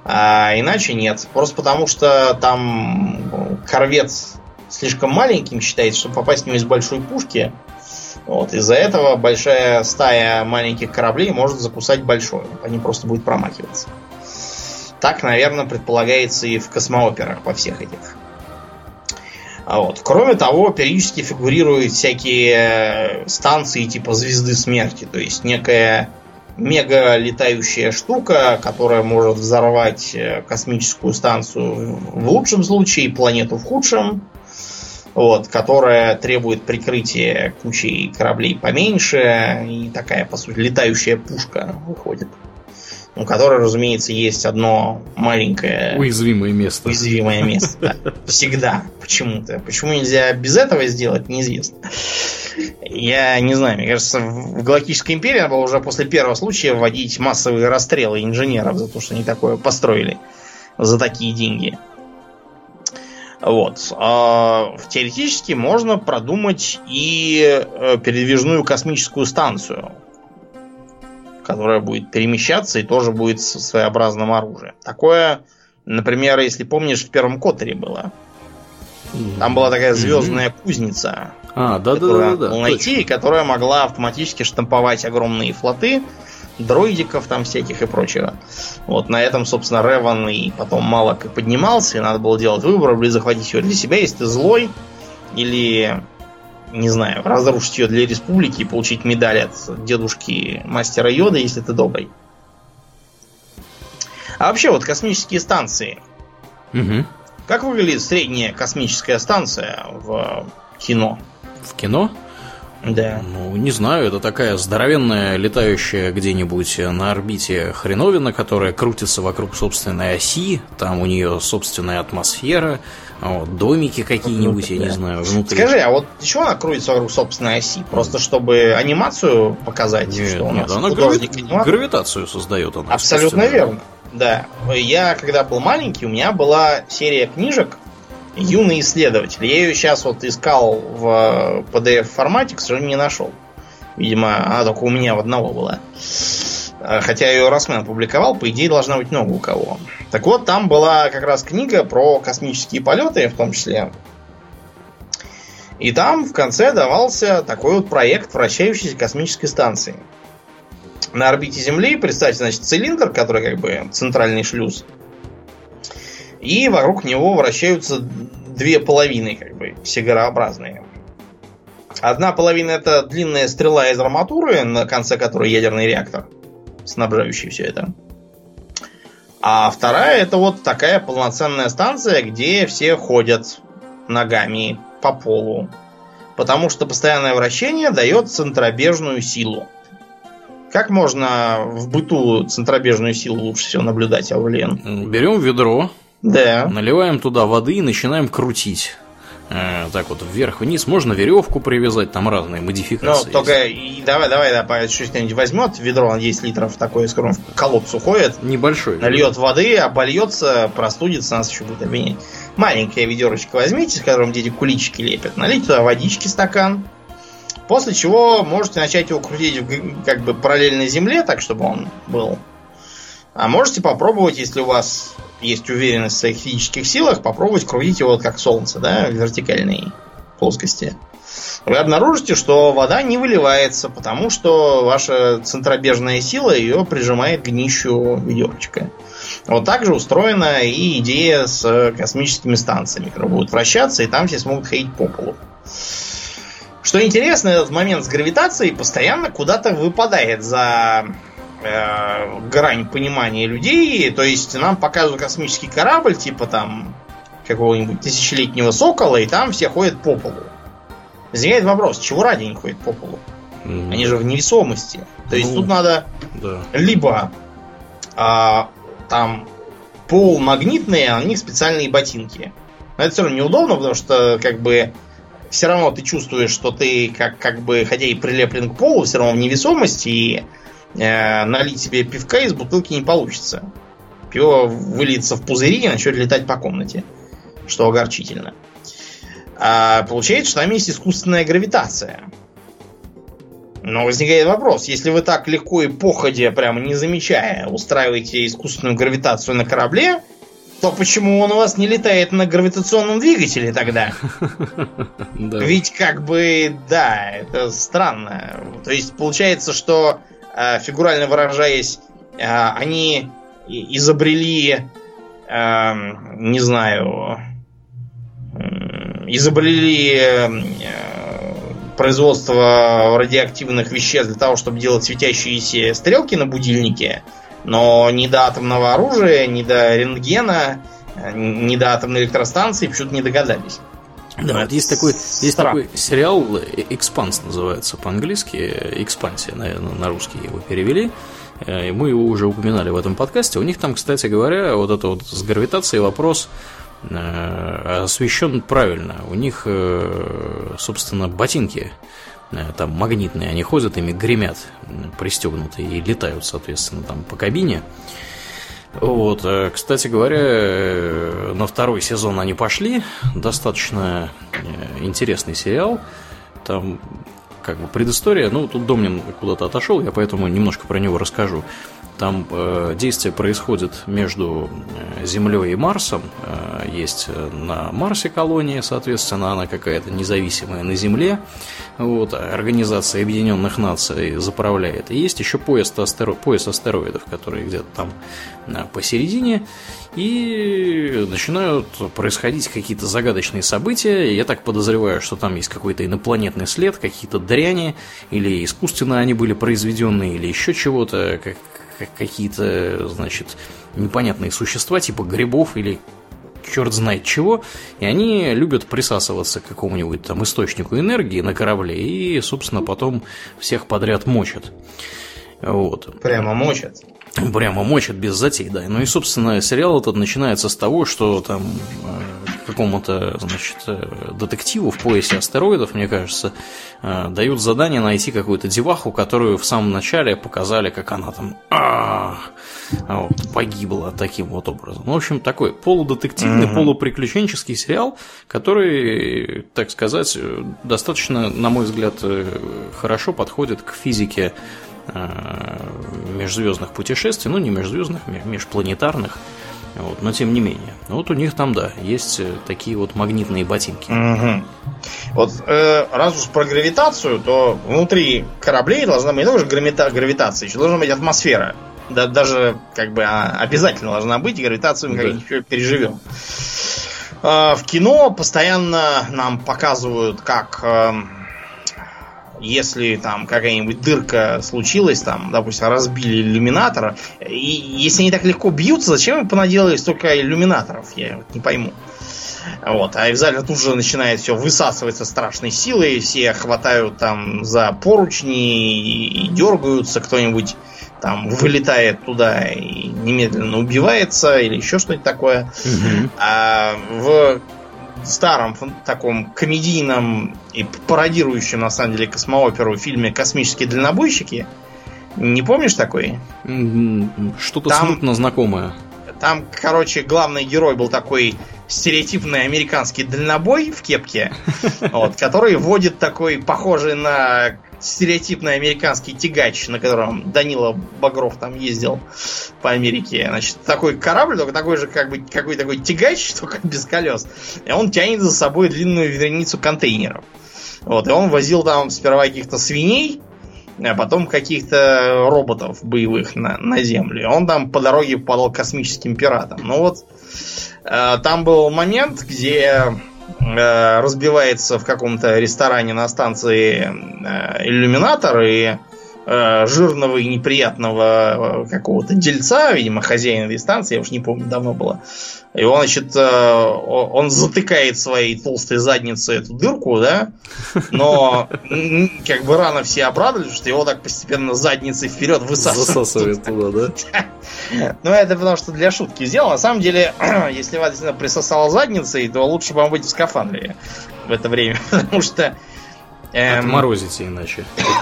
А иначе нет. Просто потому, что там корвет слишком маленьким считается, чтобы попасть в него из большой пушки. Вот. Из-за этого большая стая маленьких кораблей может закусать большой. Они просто будут промахиваться. Так, наверное, предполагается и в космооперах по всех этих. Вот. Кроме того, периодически фигурируют всякие станции типа Звезды Смерти. То есть некая мега летающая штука, которая может взорвать космическую станцию в лучшем случае, планету в худшем. Вот, которая требует прикрытия кучей кораблей поменьше. И такая, по сути, летающая пушка выходит. У которой, разумеется, есть одно маленькое... Уязвимое место. Уязвимое место, да. Всегда. Почему-то. Почему нельзя без этого сделать, неизвестно. Я не знаю, мне кажется, в Галактической империи надо было уже после первого случая вводить массовые расстрелы инженеров за то, что они такое построили за такие деньги. Вот. Теоретически можно продумать и передвижную космическую станцию, которая будет перемещаться и тоже будет своеобразным оружием. Такое, например, если помнишь, в первом Коттере было. Там была такая звездная кузница, которую надо было найти, которая могла автоматически штамповать огромные флоты, дроидиков там всяких и прочего. Вот на этом, собственно, Реван и потом Малак и поднимался, и надо было делать выбор, или захватить ее для себя, если ты злой, или, не знаю, разрушить ее для республики и получить медаль от дедушки мастера Йода, если ты добрый. А вообще, вот космические станции. Угу. Как выглядит средняя космическая станция в кино? В кино? Да. Ну, не знаю, это такая здоровенная, летающая где-нибудь на орбите хреновина, которая крутится вокруг собственной оси, там у нее собственная атмосфера, вот, домики какие-нибудь, я не знаю, внутри. Скажи, а вот для чего она крутится вокруг собственной оси? Просто чтобы анимацию показать, что у нас она гравитацию создает. Она, абсолютно верно. Да. Я, когда был маленький, у меня была серия книжек «Юный исследователь». Я ее сейчас вот искал в PDF-формате, к сожалению, не нашел. Видимо, она только у меня в одного была. Хотя ее Росмен опубликовал, по идее, должна быть много у кого. Так вот, там была как раз книга про космические полеты, в том числе. И там в конце давался такой вот проект вращающейся космической станции. На орбите Земли, представьте, значит, цилиндр, который как бы центральный шлюз. И вокруг него вращаются две половины, как бы, сигарообразные. Одна половина — это длинная стрела из арматуры, на конце которой ядерный реактор, снабжающий все это. А вторая — это вот такая полноценная станция, где все ходят ногами по полу. Потому что постоянное вращение дает центробежную силу. Как можно в быту центробежную силу лучше всего наблюдать, Аурлиен? Берем ведро. Да. Наливаем туда воды и начинаем крутить. Так вот, вверх-вниз. Можно веревку привязать, там разные модификации. Ну, только давай, что-нибудь возьмет ведро на 10 литров, такое, скажем, в колодцу ходит. Небольшой. Нальет воды, обольется, простудится, нас еще будет обвинять. Маленькое ведерочко возьмите, с которым дети куличики лепят. Налейте туда водички стакан. После чего можете начать его крутить как бы параллельно земле, так чтобы он был. А можете попробовать, если у вас есть уверенность в своих физических силах, попробовать крутить его как солнце, да, в вертикальной плоскости. Вы обнаружите, что вода не выливается, потому что ваша центробежная сила ее прижимает к днищу ведерочка. Вот так же устроена и идея с космическими станциями, которые будут вращаться, и там все смогут ходить по полу. Что интересно, этот момент с гравитацией постоянно куда-то выпадает за грань понимания людей. То есть нам показывают космический корабль, типа там какого-нибудь тысячелетнего сокола, и там все ходят по полу. Возникает вопрос, чего ради они ходят по полу? Они же в невесомости. То есть тут надо либо там пол магнитный, а на них специальные ботинки. Но это все равно неудобно, потому что как бы все равно ты чувствуешь, что ты как бы, хотя и прилеплен к полу, все равно в невесомости, и налить себе пивка из бутылки не получится. Пиво выльется в пузыри и начнет летать по комнате, что огорчительно. А получается, что там есть искусственная гравитация. Но возникает вопрос, если вы так легко и походя, прямо не замечая, устраиваете искусственную гравитацию на корабле, то почему он у вас не летает на гравитационном двигателе тогда? Ведь как бы, да, это странно. То есть получается, что, фигурально выражаясь, они изобрели, не знаю, производство радиоактивных веществ для того, чтобы делать светящиеся стрелки на будильнике, но ни до атомного оружия, ни до рентгена, ни до атомной электростанции почему-то не догадались. Да, вот есть такой сериал «Экспанс» называется по-английски, «Экспансия», наверное, на русский его перевели. Мы его уже упоминали в этом подкасте. У них там, кстати говоря, вот это вот с гравитацией вопрос освещен правильно. У них, собственно, ботинки там магнитные, они ходят, ими гремят, пристегнутые, и летают, соответственно, там по кабине. Вот, кстати говоря, на второй сезон они пошли. Достаточно интересный сериал. Там как бы предыстория. Ну, тут Домнин куда-то отошел, я поэтому немножко про него расскажу. Там действие происходит между Землей и Марсом. Есть на Марсе колония, соответственно, она какая-то независимая на Земле. Вот, Организация Объединенных Наций заправляет. И есть еще пояс астероидов, который где-то там посередине. И начинают происходить какие-то загадочные события. Я так подозреваю, что там есть какой-то инопланетный след, какие-то дряни, или искусственно они были произведены, или еще чего-то, какие-то, значит, непонятные существа, типа грибов или черт знает чего, и они любят присасываться к какому-нибудь там источнику энергии на корабле и, собственно, потом всех подряд мочат. Вот. Прямо мочат? Прямо мочат без затей, да. Ну и, собственно, сериал этот начинается с того, что там какому-то, значит, детективу в поясе астероидов, мне кажется, дают задание найти какую-то деваху, которую в самом начале показали, как она там погибла таким вот образом. Ну, в общем, такой полудетективный, полуприключенческий сериал, который, так сказать, достаточно, на мой взгляд, хорошо подходит к физике межзвездных путешествий, ну не межзвездных, межпланетарных, вот, но тем не менее. Вот у них там, да, есть такие вот магнитные ботинки. Вот раз уж про гравитацию, то внутри кораблей должна быть не только гравитация, еще должна быть атмосфера. Да, даже как бы обязательно должна быть, и гравитацию мы как-нибудь еще переживем. В кино постоянно нам показывают, как если там какая-нибудь дырка случилась, там, допустим, разбили иллюминатор, и если они так легко бьются, зачем им понаделали столько иллюминаторов? Я не пойму. Вот, а обязательно тут же начинает все высасываться страшной силой, все хватают там за поручни и дергаются, кто-нибудь там вылетает туда и немедленно убивается, или еще что-нибудь такое. А в старом таком комедийном и пародирующем, на самом деле, космооперу фильме «Космические дальнобойщики». Не помнишь такой? Что-то смутно знакомое. Там, короче, главный герой был такой стереотипный американский дальнобой в кепке, вот, который водит такой, похожий на стереотипный американский тягач, на котором Данила Багров там ездил по Америке. Значит, такой корабль, только такой же, как бы, какой такой тягач, только без колес. И он тянет за собой длинную вереницу контейнеров. Вот, и он возил там сперва каких-то свиней, а потом каких-то роботов боевых на Землю. И он там по дороге попадал к космическим пиратам. Ну вот, там был момент, где разбивается в каком-то ресторане на станции иллюминатор, и жирного и неприятного какого-то дельца, видимо, хозяина этой станции, я уж не помню, давно было. И он, значит, он затыкает своей толстой задницей эту дырку, да, но как бы рано все обрадовались, что его так постепенно задницей вперед высасывает туда, да? Ну, это потому что для шутки сделал. На самом деле, если вас действительно присосало задницей, то лучше вам быть в скафандре в это время, потому что отморозите иначе.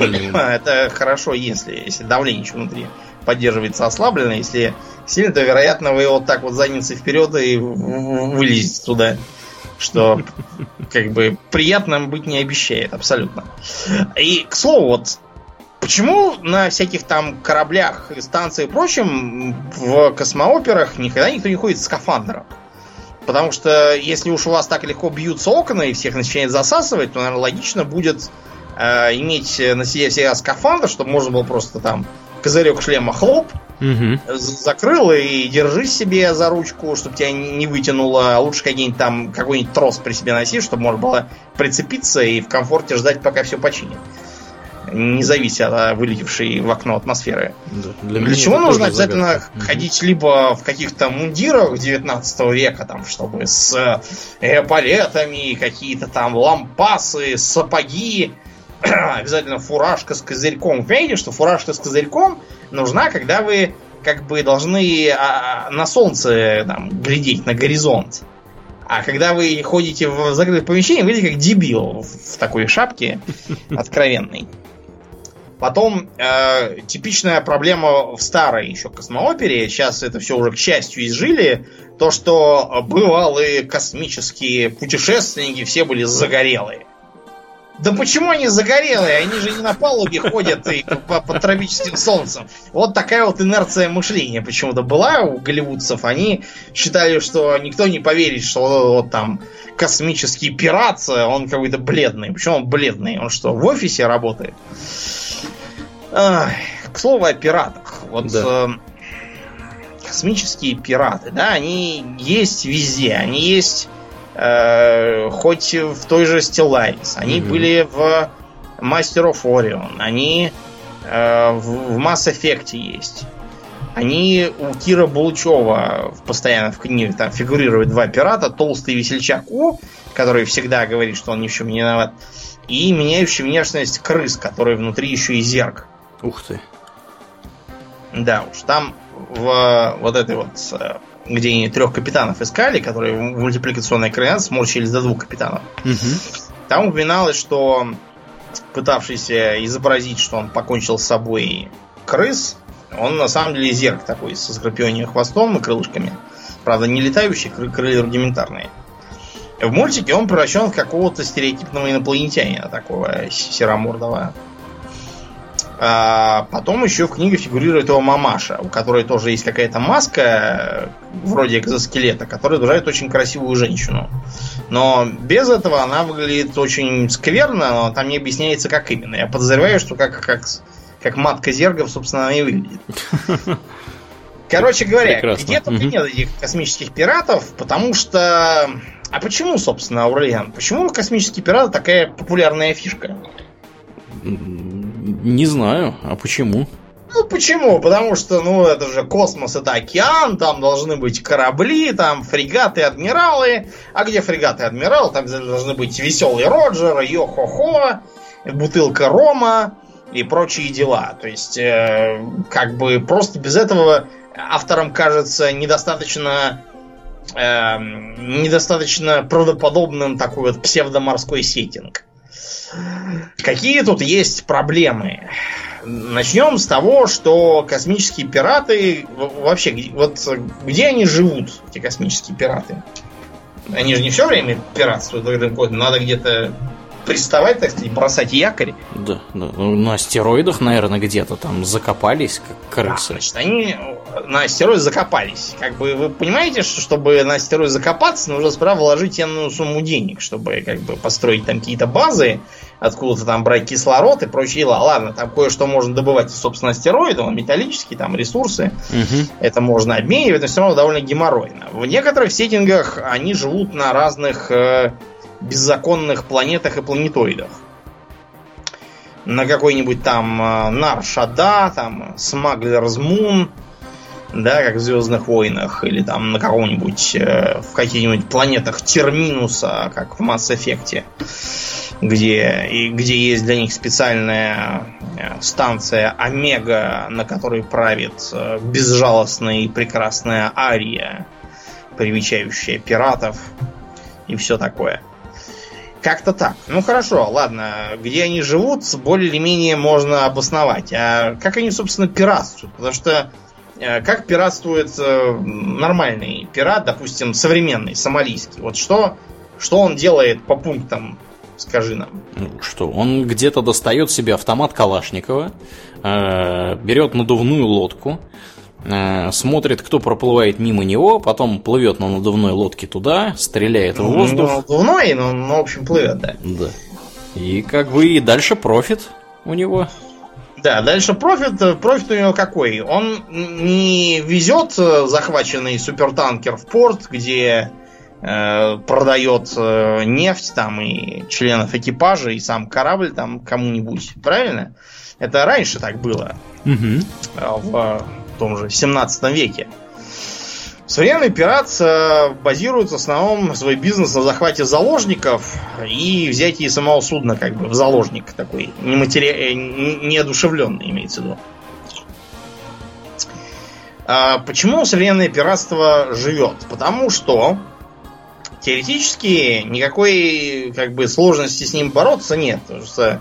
Это хорошо, если давление внутри поддерживается ослаблено. Если сильно, то, вероятно, вы вот так вот задницей вперед и вылезете туда. Что, как бы, приятным быть не обещает, абсолютно. И, к слову, вот Почему на всяких там кораблях, станциях и прочем в космооперах никогда никто не ходит в скафандрах? Потому что если уж у вас так легко бьются окна и всех начинает засасывать, то, наверное, логично будет иметь на себе всегда скафандр, чтобы можно было просто там козырек шлема хлоп, закрыл и держи себе за ручку, чтобы тебя не вытянуло. А лучше какой-нибудь трос при себе носи, чтобы можно было прицепиться и в комфорте ждать, пока все починит. Не завися от вылетевшей в окно атмосферы. Да, для чего нужно обязательно ходить либо в каких-то мундирах 19 века, там, чтобы с эполетами, какие-то там лампасы, сапоги, обязательно фуражка с козырьком. Вы понимаете, что фуражка с козырьком нужна, когда вы как бы должны на солнце там, глядеть, на горизонт. А когда вы ходите в закрытых помещениях, выглядите как дебил в такой шапке откровенной. Потом типичная проблема в старой еще космоопере, сейчас это все уже, к счастью, изжили, то, что бывалые космические путешественники все были загорелые. Да почему они загорелые? Они же не на палубе ходят и под тропическим солнцем. Вот такая вот инерция мышления почему-то была у голливудцев. Они считали, что никто не поверит, что вот там космический пират, он какой-то бледный. Почему он бледный? Он что, в офисе работает? К слову о пиратах. Вот да. Космические пираты, да, они есть везде. Они есть хоть в той же Stellaris. Они были в Master of Orion. Они в Mass Effect есть. Они у Кира Булычева постоянно в книге там фигурируют два пирата. Толстый весельчак У, который всегда говорит, что он ни в чем не виноват. И меняющий внешность крыс, который внутри еще и зерк. Ух ты. Да уж, там в вот этой вот, где они 3 капитанов искали, которые в мультипликационной экране сморщились до 2 капитанов. Там упоминалось, что пытавшийся изобразить, что он покончил с собой крыс, он на самом деле зерк такой со скорпионьим хвостом и крылышками. Правда, не летающие, крылья рудиментарные. В мультике он превращен в какого-то стереотипного инопланетянина, такого серомордого. А потом еще в книге фигурирует его мамаша, у которой тоже есть какая-то маска, вроде экзоскелета, которая изображает очень красивую женщину. Но без этого она выглядит очень скверно, но там не объясняется, как именно. Я подозреваю, что как матка зергов, собственно, она и выглядит. Короче говоря, где только нет этих космических пиратов, потому что... А почему, собственно, Аурельян? Почему космические пираты такая популярная фишка? Не знаю, а почему? Ну, почему? Потому что, это же космос, это океан, там должны быть корабли, там фрегаты, адмиралы. А где фрегаты и адмиралы? Там должны быть веселый Роджер, йо-хо-хо, бутылка рома и прочие дела. То есть, просто без этого авторам кажется недостаточно правдоподобным такой вот псевдоморской сеттинг. Какие тут есть проблемы? Начнем с того, что космические пираты вообще, вот где они живут, эти космические пираты? Они же не все время пиратствуют, надо где-то приставать, так сказать, бросать якорь. Да. На астероидах, наверное, где-то там закопались, как крысы. Значит, они на астероид закопались. Вы понимаете, что чтобы на астероид закопаться, нужно справа вложить энную сумму денег, чтобы построить там какие-то базы, откуда-то там брать кислород и прочие дела. Ладно, там кое-что можно добывать, собственно, астероидов, металлические там ресурсы. Это можно обменивать, но все равно довольно геморройно. В некоторых сеттингах они живут на разных беззаконных планетах и планетоидах. На какой-нибудь там Нар-Шада, там Смаглер's Moon, да, как в Звездных войнах, или там на каком-нибудь в каких-нибудь планетах Терминуса, как в Mass Effect, где есть для них специальная станция Омега, на которой правит безжалостная и прекрасная Ария, привечающая пиратов и все такое. Как-то так. Ну хорошо, ладно, где они живут, более или менее можно обосновать. А как они, собственно, пиратствуют? Потому что как пиратствует нормальный пират, допустим, современный, сомалийский? Вот что он делает по пунктам Скажи нам. Что, он где-то достает себе автомат Калашникова, берет надувную лодку, смотрит, кто проплывает мимо него, потом плывет на надувной лодке туда, стреляет в воздух. Надувной, но в общем плывет, да. Да. И как бы и дальше профит у него. Да, дальше профит у него какой? Он не везет захваченный супертанкер в порт, где продает нефть там и членов экипажа, и сам корабль там кому-нибудь, правильно? Это раньше так было. В том же 17 веке. Современный пират базирует в основном свой бизнес на захвате заложников и взятии самого судна как бы в заложник такой, неодушевленный, имеется в виду. Почему современное пиратство живет? Потому что теоретически никакой как бы сложности с ним бороться нет. Потому что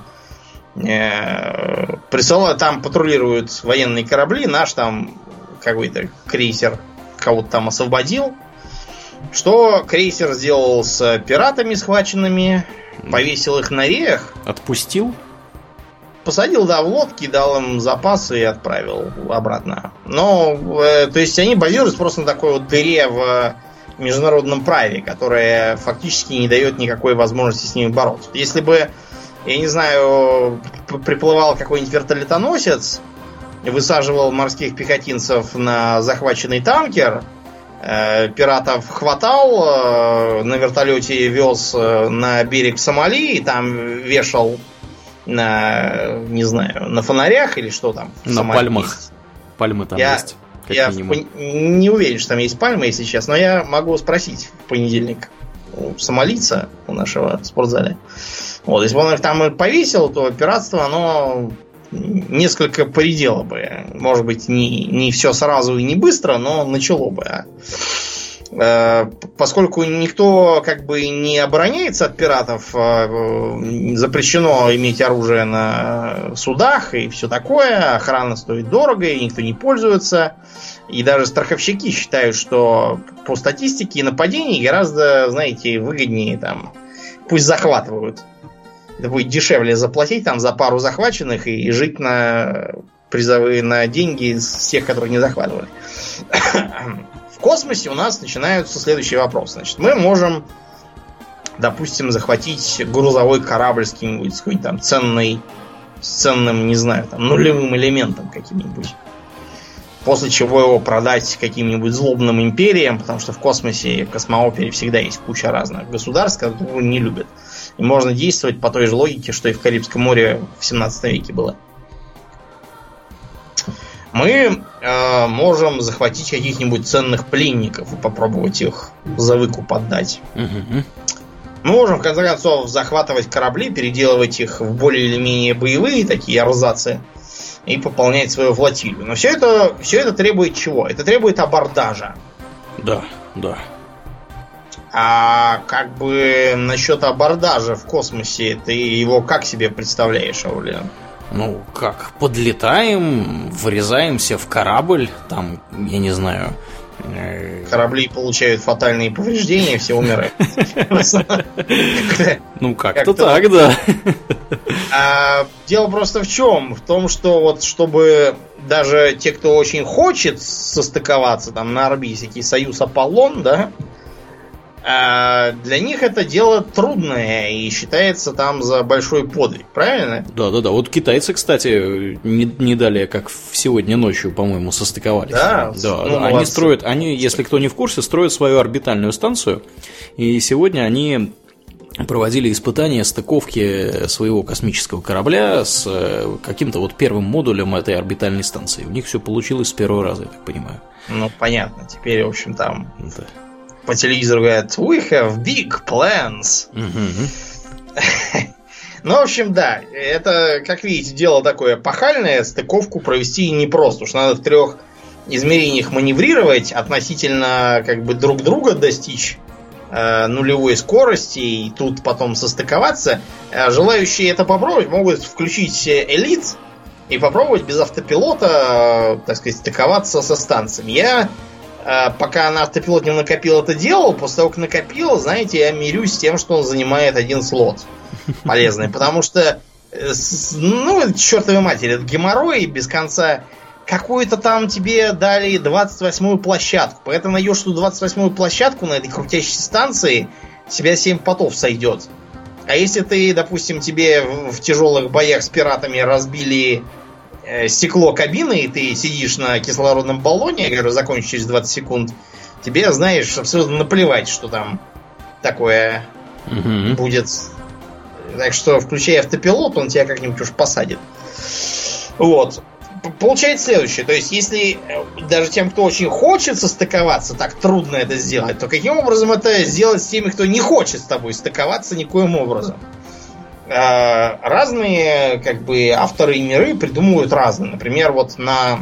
там патрулируют военные корабли, наш там какой-то крейсер кого-то там освободил. Что крейсер сделал с пиратами схваченными? Повесил их на реях. Отпустил? Посадил, да, в лодки, дал им запасы и отправил обратно. Но, то есть они базируются просто на такой вот дыре в международном праве, которая фактически не дает никакой возможности с ними бороться. Если бы, я не знаю, приплывал какой-нибудь вертолетоносец, высаживал морских пехотинцев на захваченный танкер, пиратов хватал, на вертолете вез на берег Сомали, и там вешал на, не знаю, на фонарях или что там. На пальмах. Есть. Пальмы там есть. Я не уверен, что там есть пальмы, если честно, но я могу спросить в понедельник у сомалийца, у нашего в спортзале. Вот, если бы он их там повесил, то пиратство, оно несколько поредело бы. Может быть, не все сразу и не быстро, но начало бы. Поскольку никто как бы не обороняется от пиратов, запрещено иметь оружие на судах и все такое, охрана стоит дорого, и никто не пользуется. И даже страховщики считают, что по статистике нападений гораздо, знаете, выгоднее там, пусть захватывают. Это будет дешевле заплатить там за пару захваченных и жить на призовые, на деньги с тех, которых не захватывали. В космосе у нас начинаются следующие вопросы. Значит, мы можем, допустим, захватить грузовой корабль с каким-нибудь там ценным, не знаю, там, нулевым элементом каким-нибудь. После чего его продать каким-нибудь злобным империям, потому что в космосе, в космоопере всегда есть куча разных государств, которые его не любят. И можно действовать по той же логике, что и в Карибском море в 17 веке было. Мы можем захватить каких-нибудь ценных пленников и попробовать их за выкуп отдать. Мы можем, в конце концов, захватывать корабли, переделывать их в более или менее боевые такие эрзацы и пополнять свою флотилию. Но все это требует чего? Это требует абордажа. Да, да. А как бы насчет абордажа в космосе, ты его как себе представляешь, Аурлиан? Ну, как? Подлетаем, врезаемся в корабль, там, я не знаю... Корабли получают фатальные повреждения, все умирают. Ну, как-то так, да. Дело просто в чем? В том, что вот чтобы даже те, кто очень хочет состыковаться, там на орбите всякий Союз Аполлон, да, для них это дело трудное и считается там за большой подвиг, правильно? Да. Вот китайцы, кстати, не далее, как сегодня ночью, по-моему, состыковались. Да. Они строят, если кто не в курсе, строят свою орбитальную станцию. И сегодня они проводили испытания стыковки своего космического корабля с каким-то вот первым модулем этой орбитальной станции. У них все получилось с первого раза, я так понимаю. Ну, понятно. Теперь, в общем, там... Да. По телевизору говорят "We have big plans". Ну, в общем, да, это, как видите, дело такое пахальное, стыковку провести непросто, уж надо в 3 измерениях маневрировать, относительно как бы друг друга достичь нулевой скорости и тут потом состыковаться. Желающие это попробовать могут включить элит и попробовать без автопилота, так сказать, стыковаться со станциями. Я пока на автопилоте не накопил, это делал. После того, как накопил, знаете, я мирюсь с тем, что он занимает один слот полезный. Потому что, ну, чертовой матери, это геморрой без конца. Какую-то там тебе дали 28-ю площадку. Поэтому найдешь эту 28-ю площадку на этой крутящей станции, тебя 7 потов сойдет. А если ты, допустим, тебе в тяжелых боях с пиратами разбили стекло кабины, и ты сидишь на кислородном баллоне, который закончится через 20 секунд, тебе, знаешь, абсолютно наплевать, что там такое будет. Так что, включая автопилот, он тебя как-нибудь уж посадит. Вот. Получается следующее. То есть, если даже тем, кто очень хочет состыковаться, так трудно это сделать, то каким образом это сделать с теми, кто не хочет с тобой стыковаться никоим образом? Разные, как бы, авторы и миры придумывают разные. Например, вот на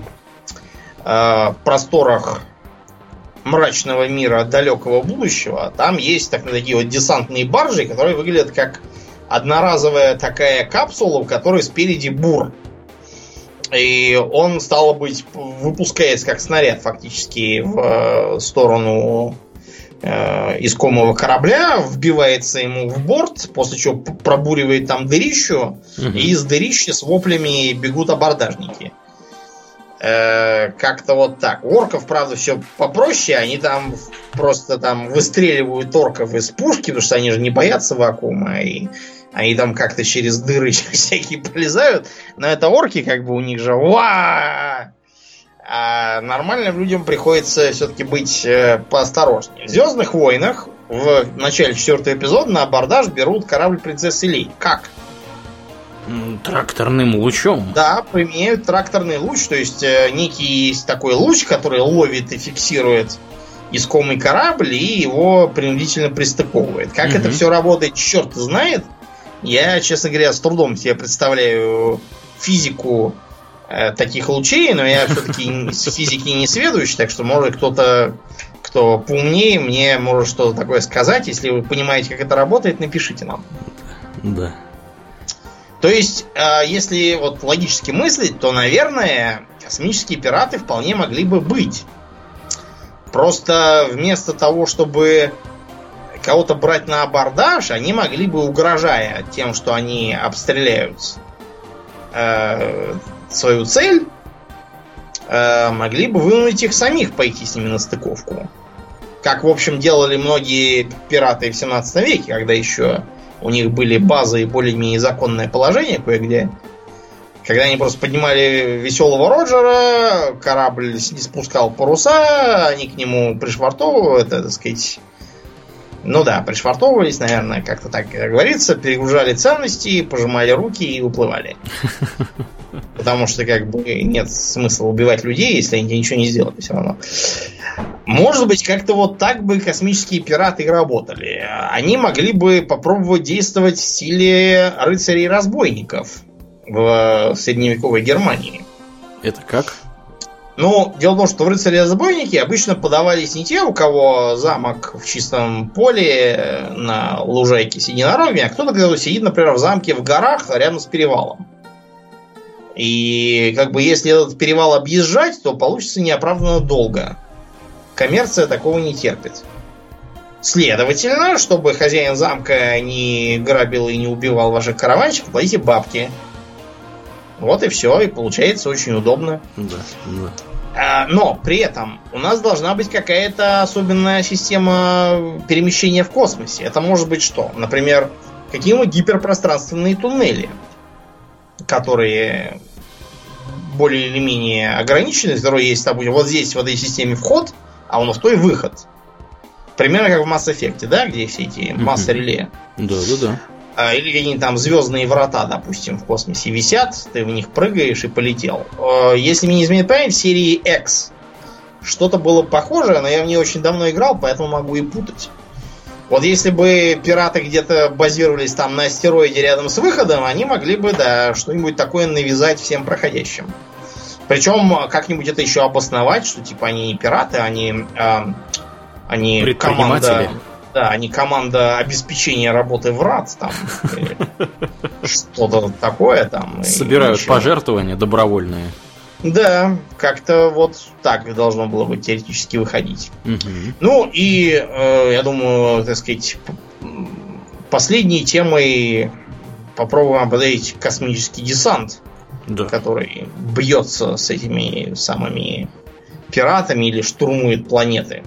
просторах мрачного мира далекого будущего там есть такие вот десантные баржи, которые выглядят как одноразовая такая капсула, у которой спереди бур. И он, стало быть, выпускается как снаряд фактически в сторону искомого корабля, вбивается ему в борт, после чего пробуривает там дырищу, и из дырища с воплями бегут абордажники. Как-то вот так. У орков, правда, все попроще. Они там просто там выстреливают орков из пушки, потому что они же не боятся вакуума, и они там как-то через дыры всякие пролезают. Но это орки, как бы у них же ва! А нормальным людям приходится все-таки быть поосторожнее. В «Звездных войнах» в начале 4-го эпизода на абордаж берут корабль принцессы Лей. Как? Тракторным лучом. Да, применяют тракторный луч. То есть некий есть такой луч, который ловит и фиксирует искомый корабль и его принудительно пристыковывает. Как это все работает, черт знает. Я, честно говоря, с трудом себе представляю физику таких лучей, но я все-таки с физики не сведущий, так что, может, кто-то, кто поумнее, мне может что-то такое сказать. Если вы понимаете, как это работает, напишите нам. Да. То есть, если вот логически мыслить, то, наверное, космические пираты вполне могли бы быть. Просто вместо того, чтобы кого-то брать на абордаж, они могли бы, угрожая тем, что они обстреляют свою цель, могли бы вынудить их самих пойти с ними на стыковку. Как, в общем, делали многие пираты в 17 веке, когда еще у них были базы и более-менее законное положение кое-где. Когда они просто поднимали веселого Роджера, корабль не спускал паруса, они к нему пришвартовывали, так сказать... Ну да, пришвартовывались, наверное, как-то так говорится, перегружали ценности, пожимали руки и уплывали. Потому что, как бы, нет смысла убивать людей, если они ничего не сделали все равно. Может быть, как-то вот так бы космические пираты и работали. Они могли бы попробовать действовать в стиле рыцарей-разбойников в средневековой Германии. Это как? Ну, дело в том, что в рыцари-разбойники обычно подавались не те, у кого замок в чистом поле на лужайке с единорогами, а кто-то, кто сидит, например, в замке в горах рядом с перевалом. И как бы если этот перевал объезжать, то получится неоправданно долго. Коммерция такого не терпит. Следовательно, чтобы хозяин замка не грабил и не убивал ваших караванщиков, платите бабки. Вот и все, и получается очень удобно. Да. Но при этом у нас должна быть какая-то особенная система перемещения в космосе. Это может быть что? Например, какие-нибудь гиперпространственные туннели, которые более или менее ограничены. Которые есть, допустим, вот здесь в этой системе вход, а у нас в той выход. Примерно как в Mass Effect, да, где все эти масса-реле. Да. Или какие-нибудь там звездные врата, допустим, в космосе висят, ты в них прыгаешь и полетел. Если мне не изменяет память, в серии X что-то было похожее, но я в нее очень давно играл, поэтому могу и путать. Вот если бы пираты где-то базировались там на астероиде рядом с выходом, они могли бы, да, что-нибудь такое навязать всем проходящим. Причем как-нибудь это еще обосновать, что типа они не пираты, они команда... Да, они команда обеспечения работы врат там. Что-то такое там. Собирают пожертвования добровольные. Да, как-то вот так должно было бы теоретически выходить. Ну и, я думаю, так сказать, последней темой попробуем обозреть космический десант, который бьется с этими самыми пиратами или штурмует планеты.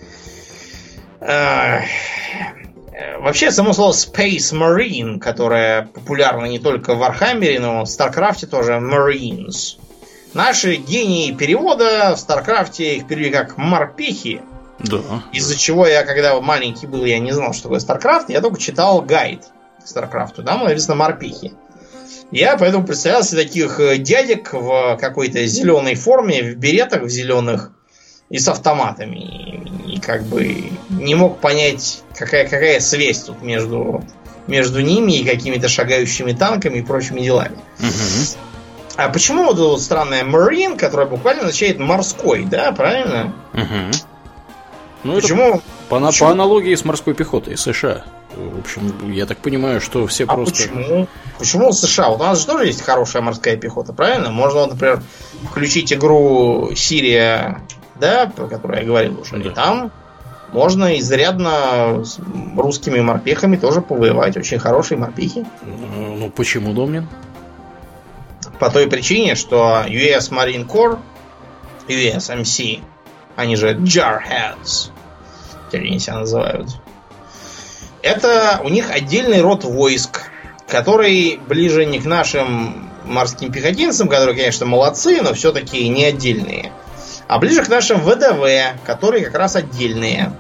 Вообще, само слово Space Marine, которое популярно не только в Warhammer, но в StarCraft тоже Marines. Наши гении перевода в StarCraft их перевели как морпехи. Да. Из-за чего я, когда маленький был, я не знал, что такое StarCraft, я только читал гайд к StarCraft. Там написано морпехи. Я поэтому представлял себе таких дядек в какой-то зеленой форме, в беретах в зеленых и с автоматами. И как бы не мог понять, какая связь тут между ними и какими-то шагающими танками и прочими делами. А почему вот это вот странное Marine, которое буквально означает морской, да, правильно? Ну, почему? По аналогии с морской пехотой США. В общем, я так понимаю, что все просто... Почему США? Вот у нас же тоже есть хорошая морская пехота, правильно? Можно, вот, например, включить игру Сирия, да, про которую я говорил уже. Да. И там можно изрядно с русскими морпехами тоже повоевать. Очень хорошие морпехи. Ну, почему, Домнин? По той причине, что US Marine Corps, USMC, они же Jarheads, теперь они себя называют, это у них отдельный род войск, который ближе не к нашим морским пехотинцам, которые, конечно, молодцы, но все-таки не отдельные, а ближе к нашим ВДВ, которые как раз отдельные.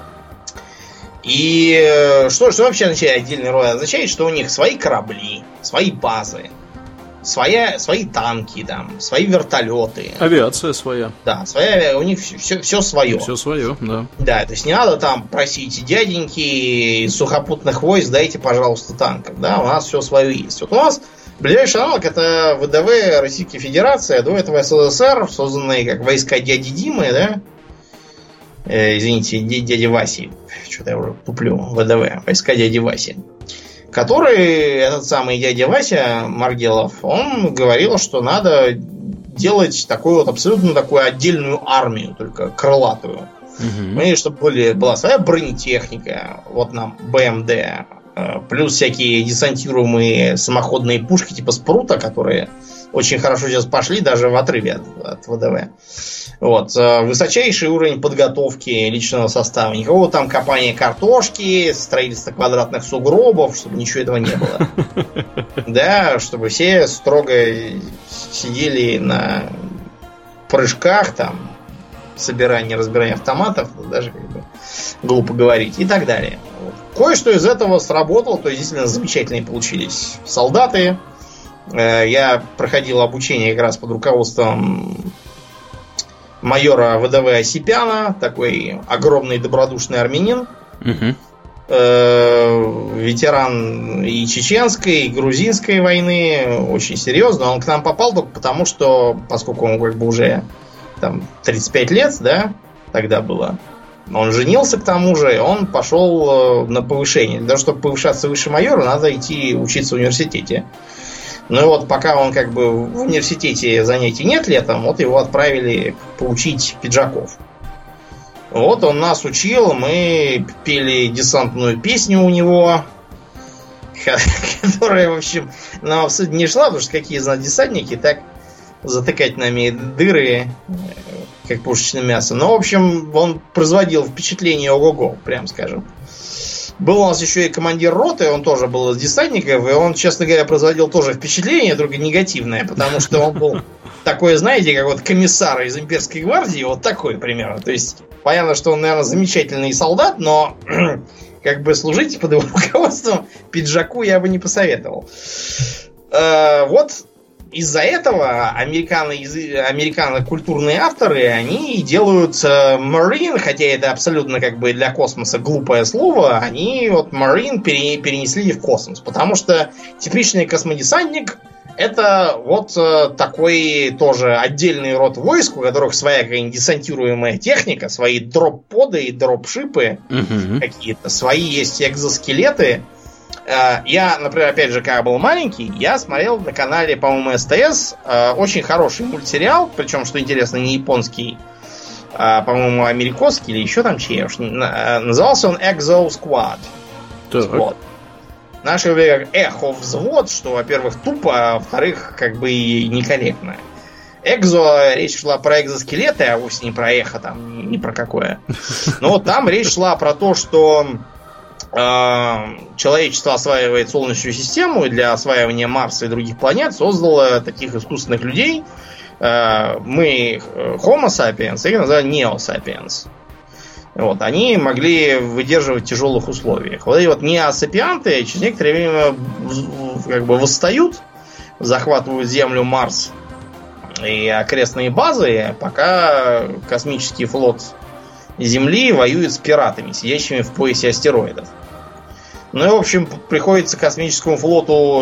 И что вообще означает отдельный род? Означает, что у них свои корабли, свои базы, свои танки, там, свои вертолеты. Авиация своя. Да, своя, у них все свое. Все свое, да. Да, то есть не надо там просить дяденьки из сухопутных войск, дайте, пожалуйста, танков. Да, у нас все свое есть. Вот у нас ближайший аналог это ВДВ Российской Федерации, а до этого СССР, созданные как войска дяди Димы, да? Извините, дяди Васи. Что-то я уже туплю. ВДВ. Войска дяди Васи. Который, этот самый дядя Вася Маргелов, он говорил, что надо делать такую вот абсолютно такую отдельную армию, только крылатую. И чтобы была своя бронетехника, вот нам БМД, плюс всякие десантируемые самоходные пушки типа Спрута, которые очень хорошо сейчас пошли даже в отрыве от ВДВ. Вот. Высочайший уровень подготовки личного состава. Никакого там копания картошки, строительства квадратных сугробов, чтобы ничего этого не было. Да, чтобы все строго сидели на прыжках, там, собирание, разбирание автоматов, даже как бы глупо говорить, и так далее. Вот. Кое-что из этого сработало, то есть действительно замечательные получились солдаты. Я проходил обучение как раз под руководством майора ВДВ Осипяна, такой огромный добродушный армянин, ветеран и чеченской, и грузинской войны, очень серьезно. Он к нам попал только потому, что, поскольку он как бы уже там 35 лет, да, тогда было, он женился к тому же, и он пошел на повышение. Для того, чтобы повышаться выше майора, надо идти учиться в университете. Ну и вот пока он как бы в университете занятий нет летом, вот его отправили поучить пиджаков. Вот он нас учил, мы пели десантную песню у него, которая, в общем, нам абсолютно не шла, потому что какие из нас десантники, так затыкать нами дыры, как пушечное мясо. Но, в общем, он производил впечатление ого-го, прям скажем. Был у нас еще и командир роты, он тоже был из десантников, и он, честно говоря, производил тоже впечатление, только негативное, потому что он был такой, знаете, как вот комиссар из имперской гвардии, вот такой примерно. То есть, понятно, что он, наверное, замечательный солдат, но как бы служить под его руководством пиджаку я бы не посоветовал. Вот из-за этого американо-культурные авторы, они делают Marine, хотя это абсолютно как бы для космоса глупое слово, они вот Marine перенесли в космос, потому что типичный космодесантник это вот такой тоже отдельный род войск, у которых своя какая-нибудь десантируемая техника, свои дроп-поды и дроп-шипы какие-то, свои есть экзоскелеты, Я, например, опять же, когда был маленький, я смотрел на канале, по-моему, СТС очень хороший мультсериал, причем, что интересно, не японский, а, по-моему, американский или еще там чей. Назывался он Exo Squad. Вот. Наши говорили как эхо взвод, что, во-первых, тупо, а во-вторых, как бы и некорректно. Экзо, речь шла про экзоскелеты, а вовсе не про эхо, там, не про какое. Но вот там речь шла про то, что человечество осваивает Солнечную систему и для осваивания Марса и других планет создало таких искусственных людей. Мы Homo sapiens, их называют Neo sapiens. Вот, они могли выдерживать в тяжелых условиях. Вот эти вот неосапианты через некоторое время как бы восстают, захватывают Землю, Марс и окрестные базы, пока космический флот Земли воюет с пиратами, сидящими в поясе астероидов. Ну и, в общем, приходится космическому флоту,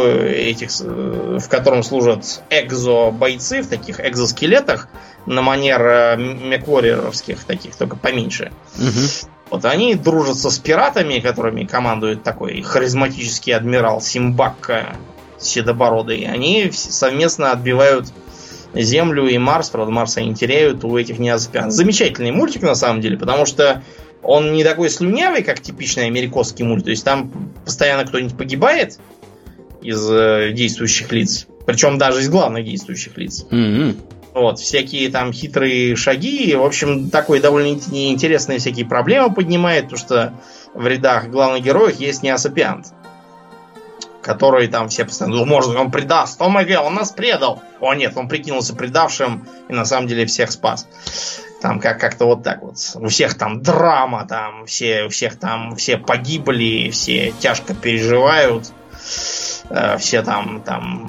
в котором служат экзо-бойцы, в таких экзоскелетах, на манер меквореровских, таких, только поменьше. Угу. Вот они дружатся с пиратами, которыми командует такой харизматический адмирал Симбакка Седобородый. Они совместно отбивают Землю и Марс. Правда, Марс они теряют у этих неозапиан. Замечательный мультик, на самом деле, потому что он не такой слюнявый, как типичный американский мульт. То есть там постоянно кто-нибудь погибает из действующих лиц. Причем даже из главных действующих лиц. Mm-hmm. Вот, всякие там хитрые шаги. В общем, такой довольно интересные всякие проблемы поднимает, потому что в рядах главных героев есть неосапиант, который там все постоянно, может, он предаст. О май гад, он нас предал. О нет, он прикинулся предавшим и на самом деле всех спас. Там как-то вот так вот. У всех там драма, там у всех там все погибли, все тяжко переживают. Все там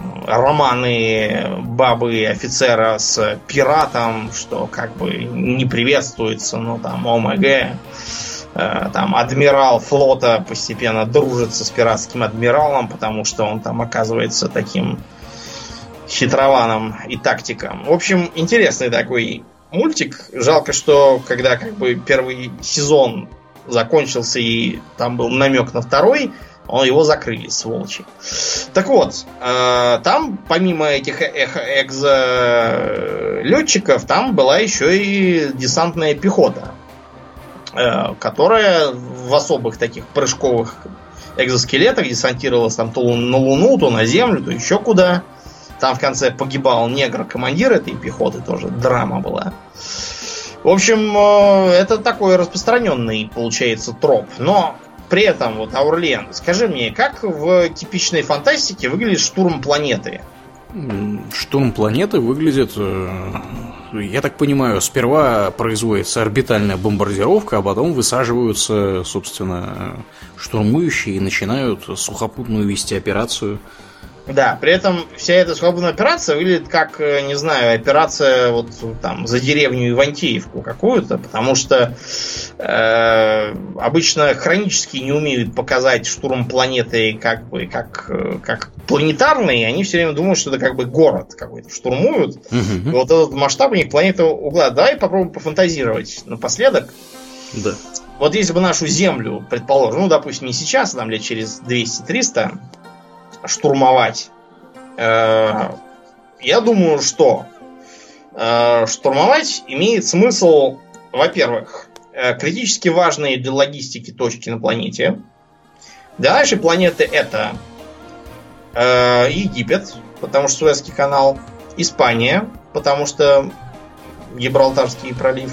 романы бабы офицера с пиратом, что как бы не приветствуется, но там ОМГ. Там адмирал флота постепенно дружится с пиратским адмиралом, потому что он там оказывается таким хитрованом и тактиком. В общем, интересный такой мультик. Жалко, что когда как бы первый сезон закончился и там был намек на второй, его закрыли, сволочи. Так вот, там помимо этих экзолетчиков, там была еще и десантная пехота, которая в особых таких прыжковых экзоскелетах десантировалась там то на Луну, то на Землю, то еще куда. Там в конце погибал негр-командир этой пехоты, тоже драма была. В общем, это такой распространенный, получается, троп. Но при этом, вот, Аурлиен, скажи мне, как в типичной фантастике выглядит штурм планеты? Штурм планеты выглядит, я так понимаю, сперва производится орбитальная бомбардировка, а потом высаживаются, собственно, штурмующие и начинают сухопутную вести операцию. Да, при этом вся эта сухопутная операция выглядит как, не знаю, операция вот там за деревню Ивантеевку какую-то, потому что обычно хронически не умеют показать штурм планеты как планетарный, они все время думают, что это как бы город какой-то штурмуют. И вот этот масштаб у них планета угла. Давай попробуем пофантазировать напоследок. Да. Вот если бы нашу Землю, предположим, ну, допустим, не сейчас, а там лет через 200-300 штурмовать. Я думаю, что штурмовать имеет смысл, во-первых, критически важные для логистики точки на планете. Для нашей планеты это Египет, потому что Суэцкий канал, Испания, потому что Гибралтарский пролив.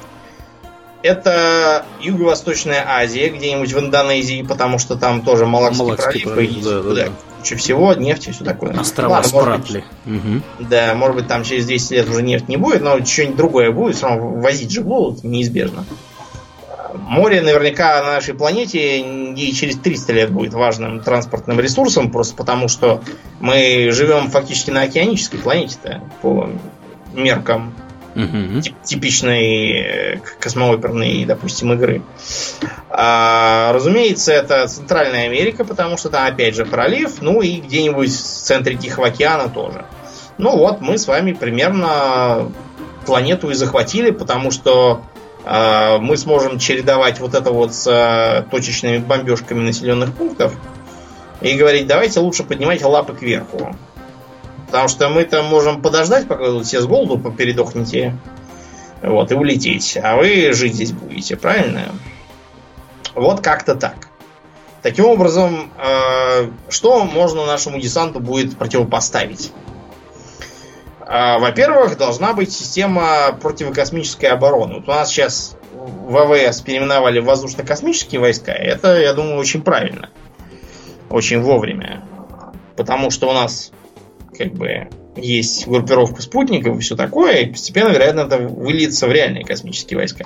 Это Юго-Восточная Азия, где-нибудь в Индонезии, потому что там тоже Малакский пролив, да. Куча всего, нефть и все такое. Острова Спратли. Да, может быть, там через 200 лет уже нефть не будет, но что-нибудь другое будет, все равно возить же будут, неизбежно. Море наверняка на нашей планете и через 300 лет будет важным транспортным ресурсом, просто потому что мы живем фактически на океанической планете-то, по меркам типичной космооперной, допустим, игры. Разумеется, это Центральная Америка, потому что там, опять же, пролив, ну и где-нибудь в центре Тихого океана тоже. Ну вот, мы с вами примерно планету и захватили, потому что мы сможем чередовать вот это вот с точечными бомбежками населенных пунктов. и говорить: давайте лучше поднимайте лапы кверху. Потому что мы-то можем подождать, пока вы тут все с голоду передохнете, вот, и улететь. А вы жить здесь будете, правильно? Вот как-то так. Таким образом, что можно нашему десанту будет противопоставить? Во-первых, должна быть система противокосмической обороны. Вот у нас сейчас ВВС переименовали в воздушно-космические войска. Это, я думаю, очень правильно. Очень вовремя. Потому что у нас как бы есть группировка спутников и все такое, и постепенно, вероятно, это выльется в реальные космические войска.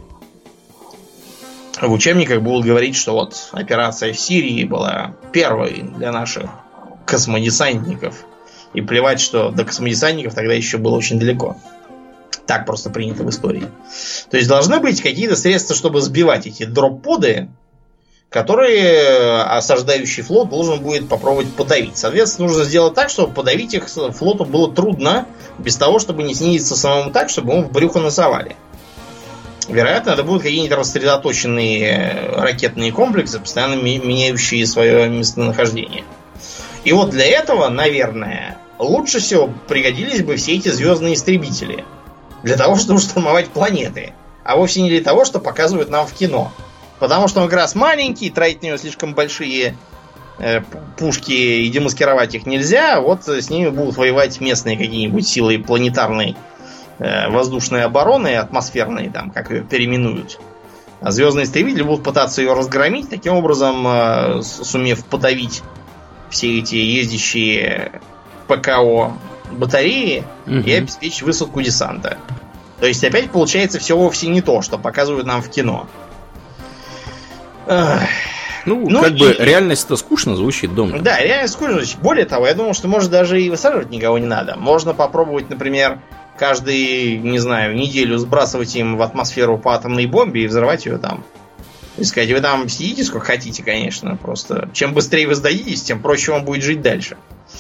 В учебниках будут говорить, что вот операция в Сирии была первой для наших космодесантников. И плевать, что до космодесантников тогда еще было очень далеко. Так просто принято в истории. То есть должны быть какие-то средства, чтобы сбивать эти дроп-поды, которые осаждающий флот должен будет попробовать подавить. Соответственно, нужно сделать так, чтобы подавить их флоту было трудно, без того, чтобы не снизиться самому так, чтобы ему в брюхо насовали. Вероятно, это будут какие-нибудь рассредоточенные ракетные комплексы, постоянно меняющие свое местонахождение. И вот для этого, наверное, лучше всего пригодились бы все эти звездные истребители. Для того, чтобы штурмовать планеты. А вовсе не для того, что показывают нам в кино. Потому что он как раз маленький, тратить на него слишком большие пушки, и демаскировать их нельзя. Вот с ними будут воевать местные какие-нибудь силы планетарной воздушной обороны, атмосферной, там, как ее переименуют. А звездные истребители будут пытаться ее разгромить, таким образом сумев подавить все эти ездящие ПКО батареи и обеспечить высадку десанта. То есть опять получается все вовсе не то, что показывают нам в кино. Ну, как бы реальность-то скучно звучит, Дом. Да, реальность скучно звучит. Более того, я думал, что может даже и высаживать никого не надо. Можно попробовать, например, каждую, не знаю, неделю сбрасывать им в атмосферу по атомной бомбе и взрывать ее там. И сказать: вы там сидите сколько хотите, конечно, просто чем быстрее вы сдадитесь, тем проще вам будет жить дальше.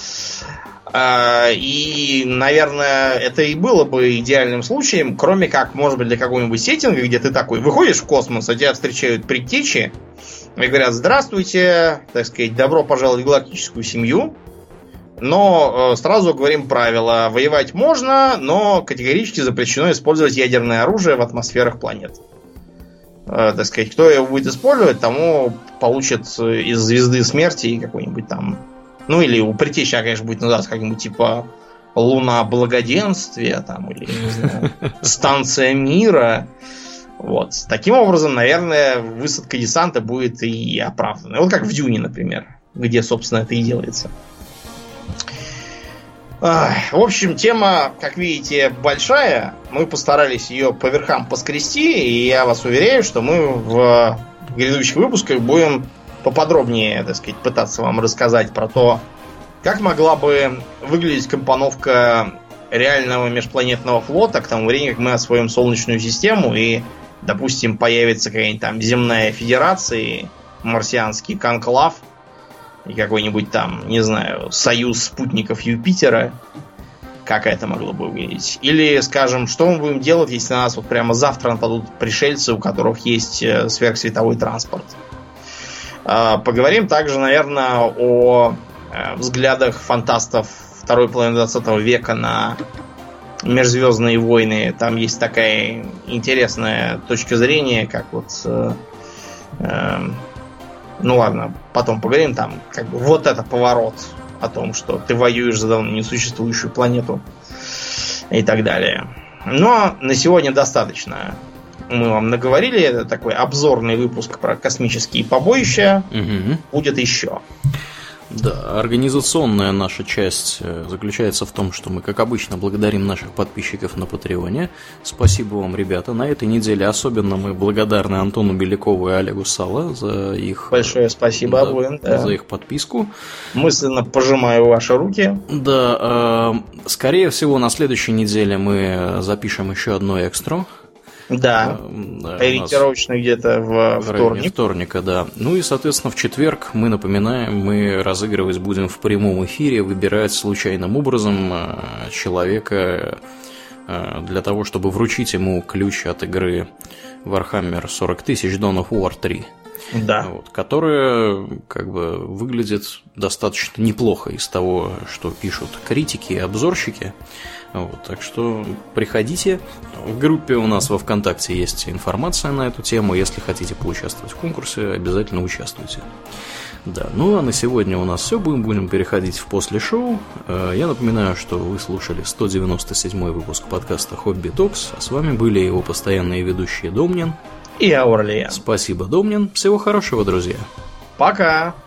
И, наверное, это и было бы идеальным случаем, кроме как, может быть, для какого-нибудь сеттинга, где ты такой выходишь в космос, а тебя встречают предтечи и говорят: здравствуйте, так сказать, добро пожаловать в галактическую семью. Но сразу говорим правила: воевать можно, но категорически запрещено использовать ядерное оружие в атмосферах планет. Так сказать, кто его будет использовать, тому получит из звезды смерти какой-нибудь там. Ну, или у предтечи, конечно, будет называться как-нибудь типа Луна Благоденствия, там, или, не знаю, Станция Мира. Вот. Таким образом, наверное, высадка десанта будет и оправдана. Вот как в Дюне, например, где, собственно, это и делается. В общем, тема, как видите, большая. Мы постарались ее по верхам поскрести, и я вас уверяю, что мы в грядущих выпусках будем поподробнее, так сказать, пытаться вам рассказать про то, как могла бы выглядеть компоновка реального межпланетного флота к тому времени, как мы освоим Солнечную систему и, допустим, появится какая-нибудь там земная федерация, марсианский конклав и какой-нибудь там, не знаю, союз спутников Юпитера. Как это могло бы выглядеть? Или, скажем, что мы будем делать, если на нас вот прямо завтра нападут пришельцы, у которых есть сверхсветовой транспорт? Поговорим также, наверное, о взглядах фантастов второй половины 20 века на межзвездные войны. Там есть такая интересная точка зрения, как вот... ну ладно, потом поговорим. Там как бы вот это поворот о том, что ты воюешь за давно несуществующую планету и так далее. Но на сегодня достаточно. Мы вам наговорили, это такой обзорный выпуск про космические побоища. Будет еще. Да, организационная наша часть заключается в том, что мы, как обычно, благодарим наших подписчиков на Патреоне. Спасибо вам, ребята. На этой неделе особенно мы благодарны Антону Белякову и Олегу Сало за их... Большое спасибо обоим. Да. За их подписку. Мысленно пожимаю ваши руки. Да, скорее всего, на следующей неделе мы запишем еще одно экстра. Да, ориентировочно где-то в вторник. Вторника, да. Ну и, соответственно, в четверг, мы напоминаем, мы разыгрывать будем в прямом эфире, выбирать случайным образом человека для того, чтобы вручить ему ключ от игры Warhammer 40 000 Dawn of War 3. Да. Вот, которая как бы выглядит достаточно неплохо из того, что пишут критики и обзорщики. Вот, так что приходите. В группе у нас во ВКонтакте есть информация на эту тему. Если хотите поучаствовать в конкурсе, обязательно участвуйте. Да, ну а на сегодня у нас все. Будем переходить в после шоу. Я напоминаю, что вы слушали 197-й выпуск подкаста Хобби Токс. А с вами были его постоянные ведущие Домнин и Аурлиен. Спасибо, Домнин. Всего хорошего, друзья. Пока.